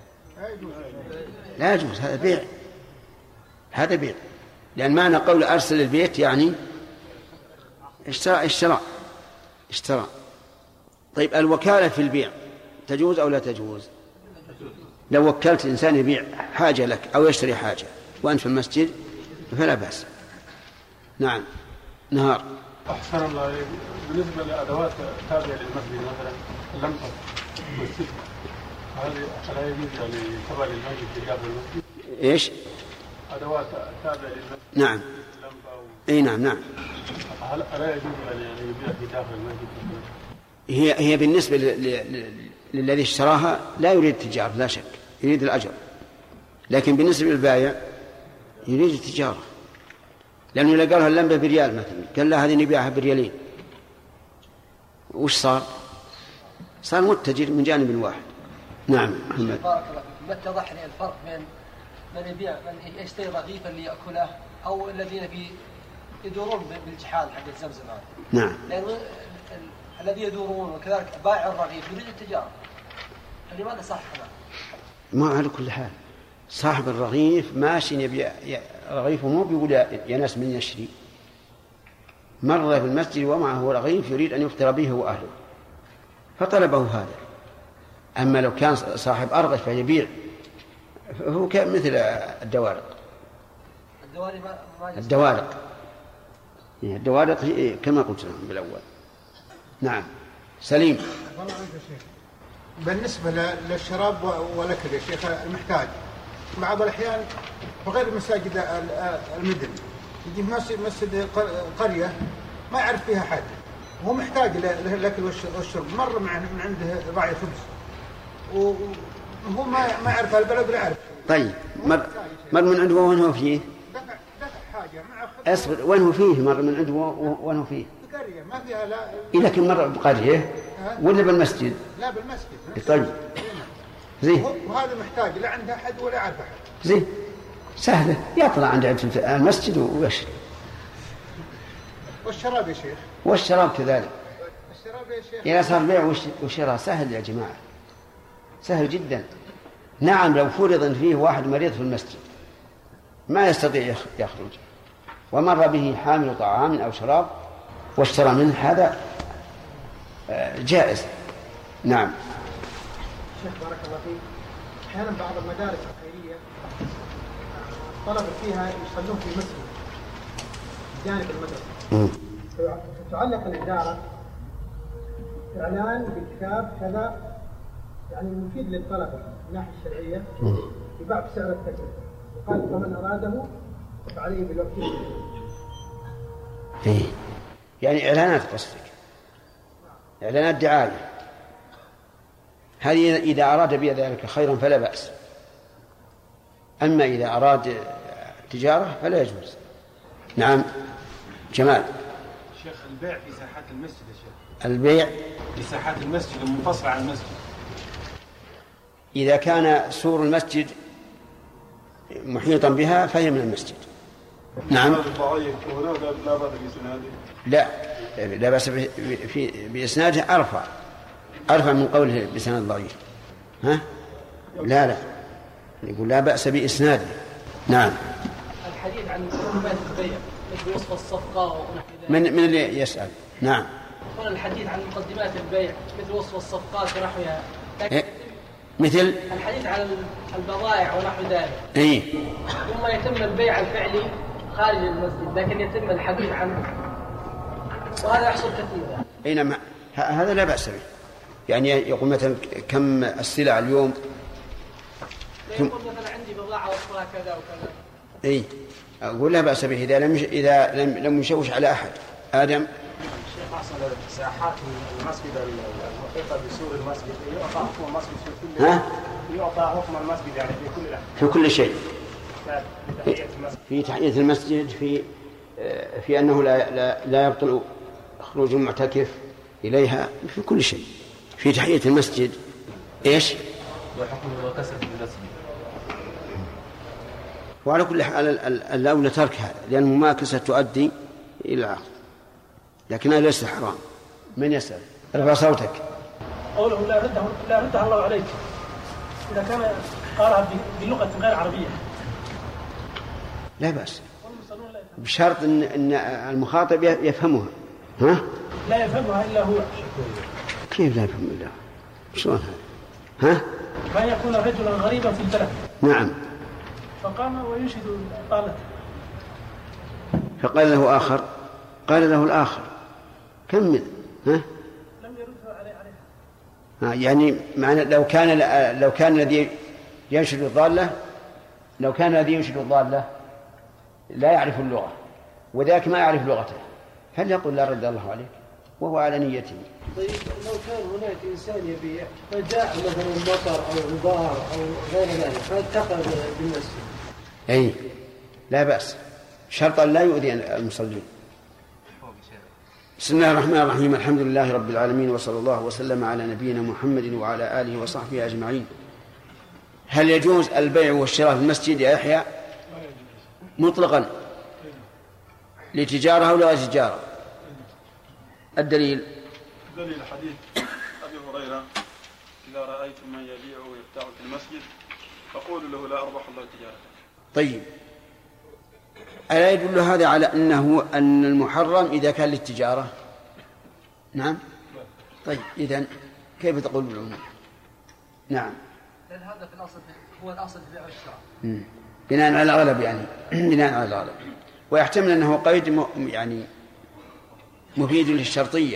لا يجوز، هذا بيع، هذا بيع، لأن معنى قول أرسل البيت يعني اشترى اشترى اشترى. طيب الوكالة في البيع تجوز أو لا تجوز؟ لو وكلت إنسان يبيع حاجة لك أو يشتري حاجة وأنت في المسجد فلا بأس. نعم. نهار. أحسن الله عليك. بالنسبة لأدوات تابعة للمسجد مثلا اللمبة والسلك، هذه لا يجوز يعني تبع للمسجد في جاب المسجد؟ إيش؟ أدوات تابعة للمسجد. نعم. أي نعم نعم. هل لا يجوز يعني يبيع في داخل المسجد؟ هي هي بالنسبة للذي اشتراها لا يريد التجارة لا شك، يريد الأجر، لكن بالنسبة للبائع يريد التجارة، لأنه إذا قالها اللمبة بريال مثلا قال لا هذه نبيعها بريالين، وش صار؟ صار متجر من جانب واحد. نعم محمد. بارك الله فيكم. ما اتضح لي الفرق بين من يبيع من يشتري رغيفا ليأكله أو الذين في يدورون بالجحال حق الزمزم هذا. نعم. لأن الذي يدورون وكذلك بائع الرغيف يريد التجارة، فلماذا صح هذا؟ ما على كل حال صاحب الرغيف ماشي يبيع رغيفه، مو بيقول يا ناس من يشتري. مر في المسجد ومعه رغيف يريد أن يفطر به وأهله فطلبه هذا. أما لو كان صاحب أرغف فيبيع فهو مثل الدوارق. الدوارق الدوارق كما قلت لهم بالأول. نعم. سليم. بالنسبة للشراب والأكل يا شيخ المحتاج بعض الأحيان وغير المساجد المدن يجي مسجد قرية ما يعرف فيها حد وهو محتاج للأكل والشرب، مر من عنده راعي خبز وهو ما ما يعرف البلد ولا يعرف. طيب مر مر من عنده وين هو فيه؟ دفع دفع حاجة مع أصبر، وين هو فيه؟ مر من عنده وين هو فيه؟ قرية ما فيها لا. إذا كان مر بقرية ولا بالمسجد؟ لا بالمسجد. طيب زين. وهذا محتاج لا عنده أحد ولا يعرف أحد. زين سهلة، يطلع عند المسجد ويشرب. والشراب يا شيخ؟ والشراب كذلك. الشراب يا شيخ إذا صار بيع وشراء سهل يا جماعة، سهل جدا. نعم لو فرض إن فيه واحد مريض في المسجد ما يستطيع يخرج ومر به حامل طعام أو شراب واشترى منه هذا جائز. نعم. شيخ بارك الله فيك، أحيانا بعض المدارس الخيرية طلبة فيها يصلون في مسجد جانب المدرسة، فتعلق الإدارة إعلان بكتاب كذا يعني مفيد للطلبة من الناحية الشرعية يباع بسعر التكلفة، وقال فمن أراده فعليه بالوقت. إيه يعني إعلانات قصدك، إعلانات دعاية، هذه إذا أراد بذلك خيرا فلا بأس، أما إذا أراد تجارة فلا يجوز. نعم. جمال. شيخ البيع في ساحات المسجد يا شيخ. البيع في ساحات المسجد المنفصلة عن المسجد، إذا كان سور المسجد محيطا بها فهي من المسجد. نعم. لا لا بأس في بإسناده أرفع أرفع من قوله بسند ضعيف. ها لا لا يقول لا بأس بإسناده. نعم. الحديث عن مقدمات البيع مثل وصف الصفقة ونحو ذلك. من من اللي يسأل؟ نعم. قال الحديث عن مقدمات البيع مثل وصف الصفقات ونحوها. إيه؟ مثل الحديث عن البضائع ونحو ذلك. إيه؟ ثم يتم البيع الفعلي خارج المسجد لكن يتم الحديث عنه، وهذا يحصل كثيرا. أينما هذا لا بأس به، يعني يقول مثلا كم السلع اليوم، يقول مثلا عندي بضاعة وصفها كذا وكذا. إيه أقول لا بأس به إذا لم إذا لم لم يشوش على أحد. آدم. الشيخ أحسن ساحات المسجد المحيطة بسور المسجد يعطى حكم المسجد في كل ها؟ يعطى حكم المسجد يعني في كل الأحكام. في كل شيء. في تحية المسجد. في تحية المسجد، في في أنه لا لا, لا يبطل خروج المعتكف إليها، في كل شيء. في تحية المسجد إيش؟ وحكم المكاسة في المسجد. وعلى كل حال الأولى ترك هذا، لأن المماكسة تؤدي إلى العقد، لكنها ليست حرام. من يسأل؟ ارفع صوتك. قوله لا رده لا رده الله عليك إذا كان قالها بلغة غير عربية لا بأس بشرط إن, إن المخاطب يفهمها. ها؟ لا يفهمها إلا هو. كيف لا يفهم إلا هو؟ شلون هذا؟ ها؟ ما يكون رجلا غريبا في البلد. نعم. فقام وينشد طالته. فقال له آخر، قال له الآخر كمل. ها؟ لم يرده عليه عليها. يعني معنى لو كان لو كان الذي ينشد الضالة لو كان الذي ينشد الضالة لا يعرف اللغة وذاك ما يعرف لغته هل يقول لا رد الله عليك وهو على نيته؟ طيب لو كان هناك إنسان يبيع فجاء مثلا مطر أو غبار أو غير ذلك فاتخذ بالمسجد. أي لا بأس شرطا لا يؤذي المصلين. بسم الله الرحمن الرحيم. الحمد لله رب العالمين وصلى الله وسلم على نبينا محمد وعلى آله وصحبه أجمعين. هل يجوز البيع والشراء في المسجد يا يحيى مطلقا لتجارة أو لا تجارة؟ الدليل دليل حديث أبي هريرة إذا رأيتم من يبيع ويبتاع في المسجد فقولوا له لا أربح الله تجارة. طيب ألا يدل هذا على أنه أن المحرم إذا كان للتجارة؟ نعم. طيب إذن كيف تقول بالعموم؟ نعم. لأن هذا في الأصل هو الأصل في البيع والشراء. بناء على الغلب يعني بناء على الغلب ويحتمل أنه قيد يعني مفيد للشرطية.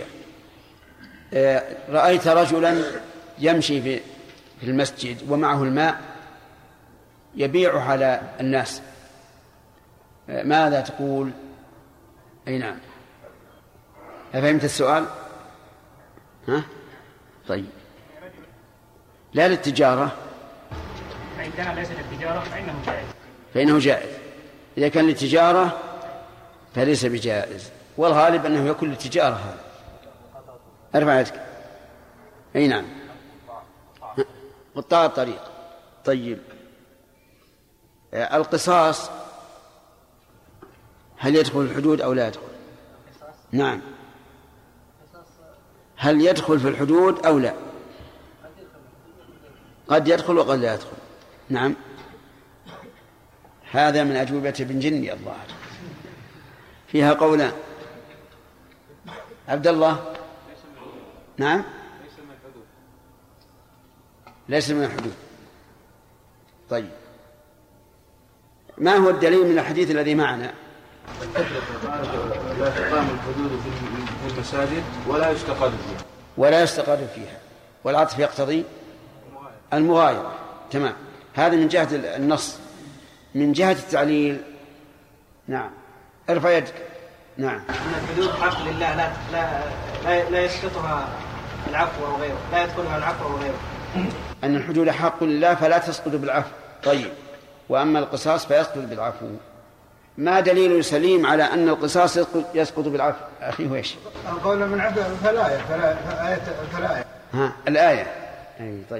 رأيت رجلا يمشي في في المسجد ومعه الماء يبيعه على الناس ماذا تقول؟ أي نعم. أفهمت السؤال؟ ها؟ طيب لا للتجارة فإن كان ليس للتجارة فإنه جائز فإنه جائز. إذا كان للتجارة فليس بجائز والغالب أنه يكون للتجارة. هذا ارفع يدك. أي نعم قطاع الطريق. طيب القصاص هل يدخل الحدود أو لا يدخل؟ نعم. هل يدخل في الحدود أو لا؟ قد يدخل وقد لا يدخل. نعم. هذا من أجوبة ابن جني الظاهر فيها قولان. عبد الله. نعم. ليس من الحدود. طيب ما هو الدليل من الحديث الذي معنا؟ لا تقام الحدود في المساجد ولا يستقاد فيها ولا يستقاد فيها والعطف يقتضي المغايرة. تمام. هذا من جهة النص. من جهة التعليل نعم ارفع يدك. نعم. أن الحدود حق لله لا لا لا, لا يسقطها العفو أو غيره لا يدخلها العفو أو غيره. أن الحدود حق لله فلا تسقط بالعفو. طيب وأما القصاص فيسقط بالعفو. ما دليل سليم على أن القصاص يسقط بالعفو؟ أخي ويش القول من عفو فالآية فالآية فالآية ها الآية. أي طيب.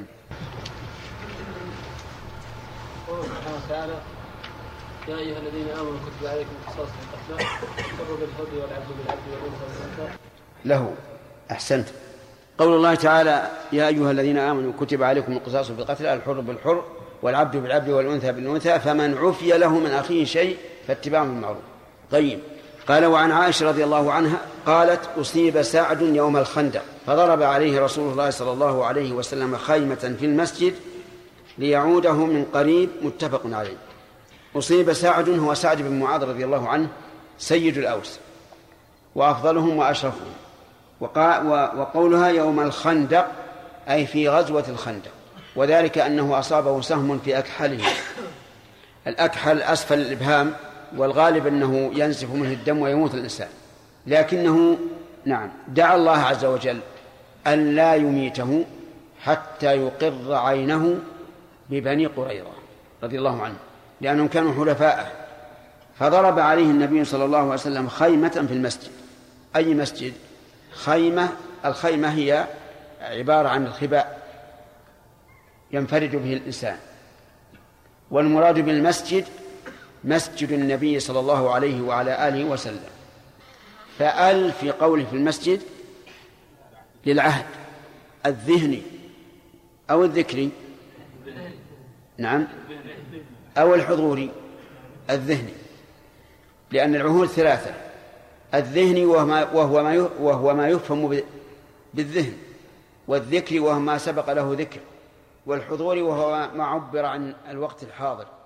قوله سبحانه وتعالى يا أيها الذين آمنوا كتب عليكم القصاص في القتلى الحر بالحر والعبد بالعبد والأنثى بالأنثى له. أحسنت. قول الله تعالى يا أيها الذين آمنوا كتب عليكم القصاص في القتلى الحر بالحر والعبد بالعبد والأنثى بالأنثى فمن عفي له من أخيه شيء فاتباع بالمعروف. طيب قال وعن عائشة رضي الله عنها قالت أصيب سعد يوم الخندق فضرب عليه رسول الله صلى الله عليه وسلم خيمة في المسجد ليعوده من قريب متفق عليه. أصيب سعد هو سعد بن معاذ رضي الله عنه سيد الأوس وأفضلهم وأشرفهم. وقولها يوم الخندق أي في غزوة الخندق وذلك أنه أصابه سهم في أكحله. الأكحل أسفل الإبهام والغالب أنه ينزف منه الدم ويموت الإنسان لكنه نعم دعا الله عز وجل أن لا يميته حتى يقر عينه ببني قريظة رضي الله عنه لأنهم كانوا حلفاءه. فضرب عليه النبي صلى الله عليه وسلم خيمة في المسجد. أي مسجد؟ خيمة. الخيمة هي عبارة عن الخباء ينفرد به الإنسان والمراد بالمسجد مسجد النبي صلى الله عليه وعلى آله وسلم. فأل في قوله في المسجد للعهد الذهني أو الذكري؟ نعم، أو الحضوري؟ الذهني، لأن العهود ثلاثة: الذهني وهو ما وهو ما يفهم بالذهن، والذكر وهو ما سبق له ذكر، والحضوري وهو ما عبر عن الوقت الحاضر.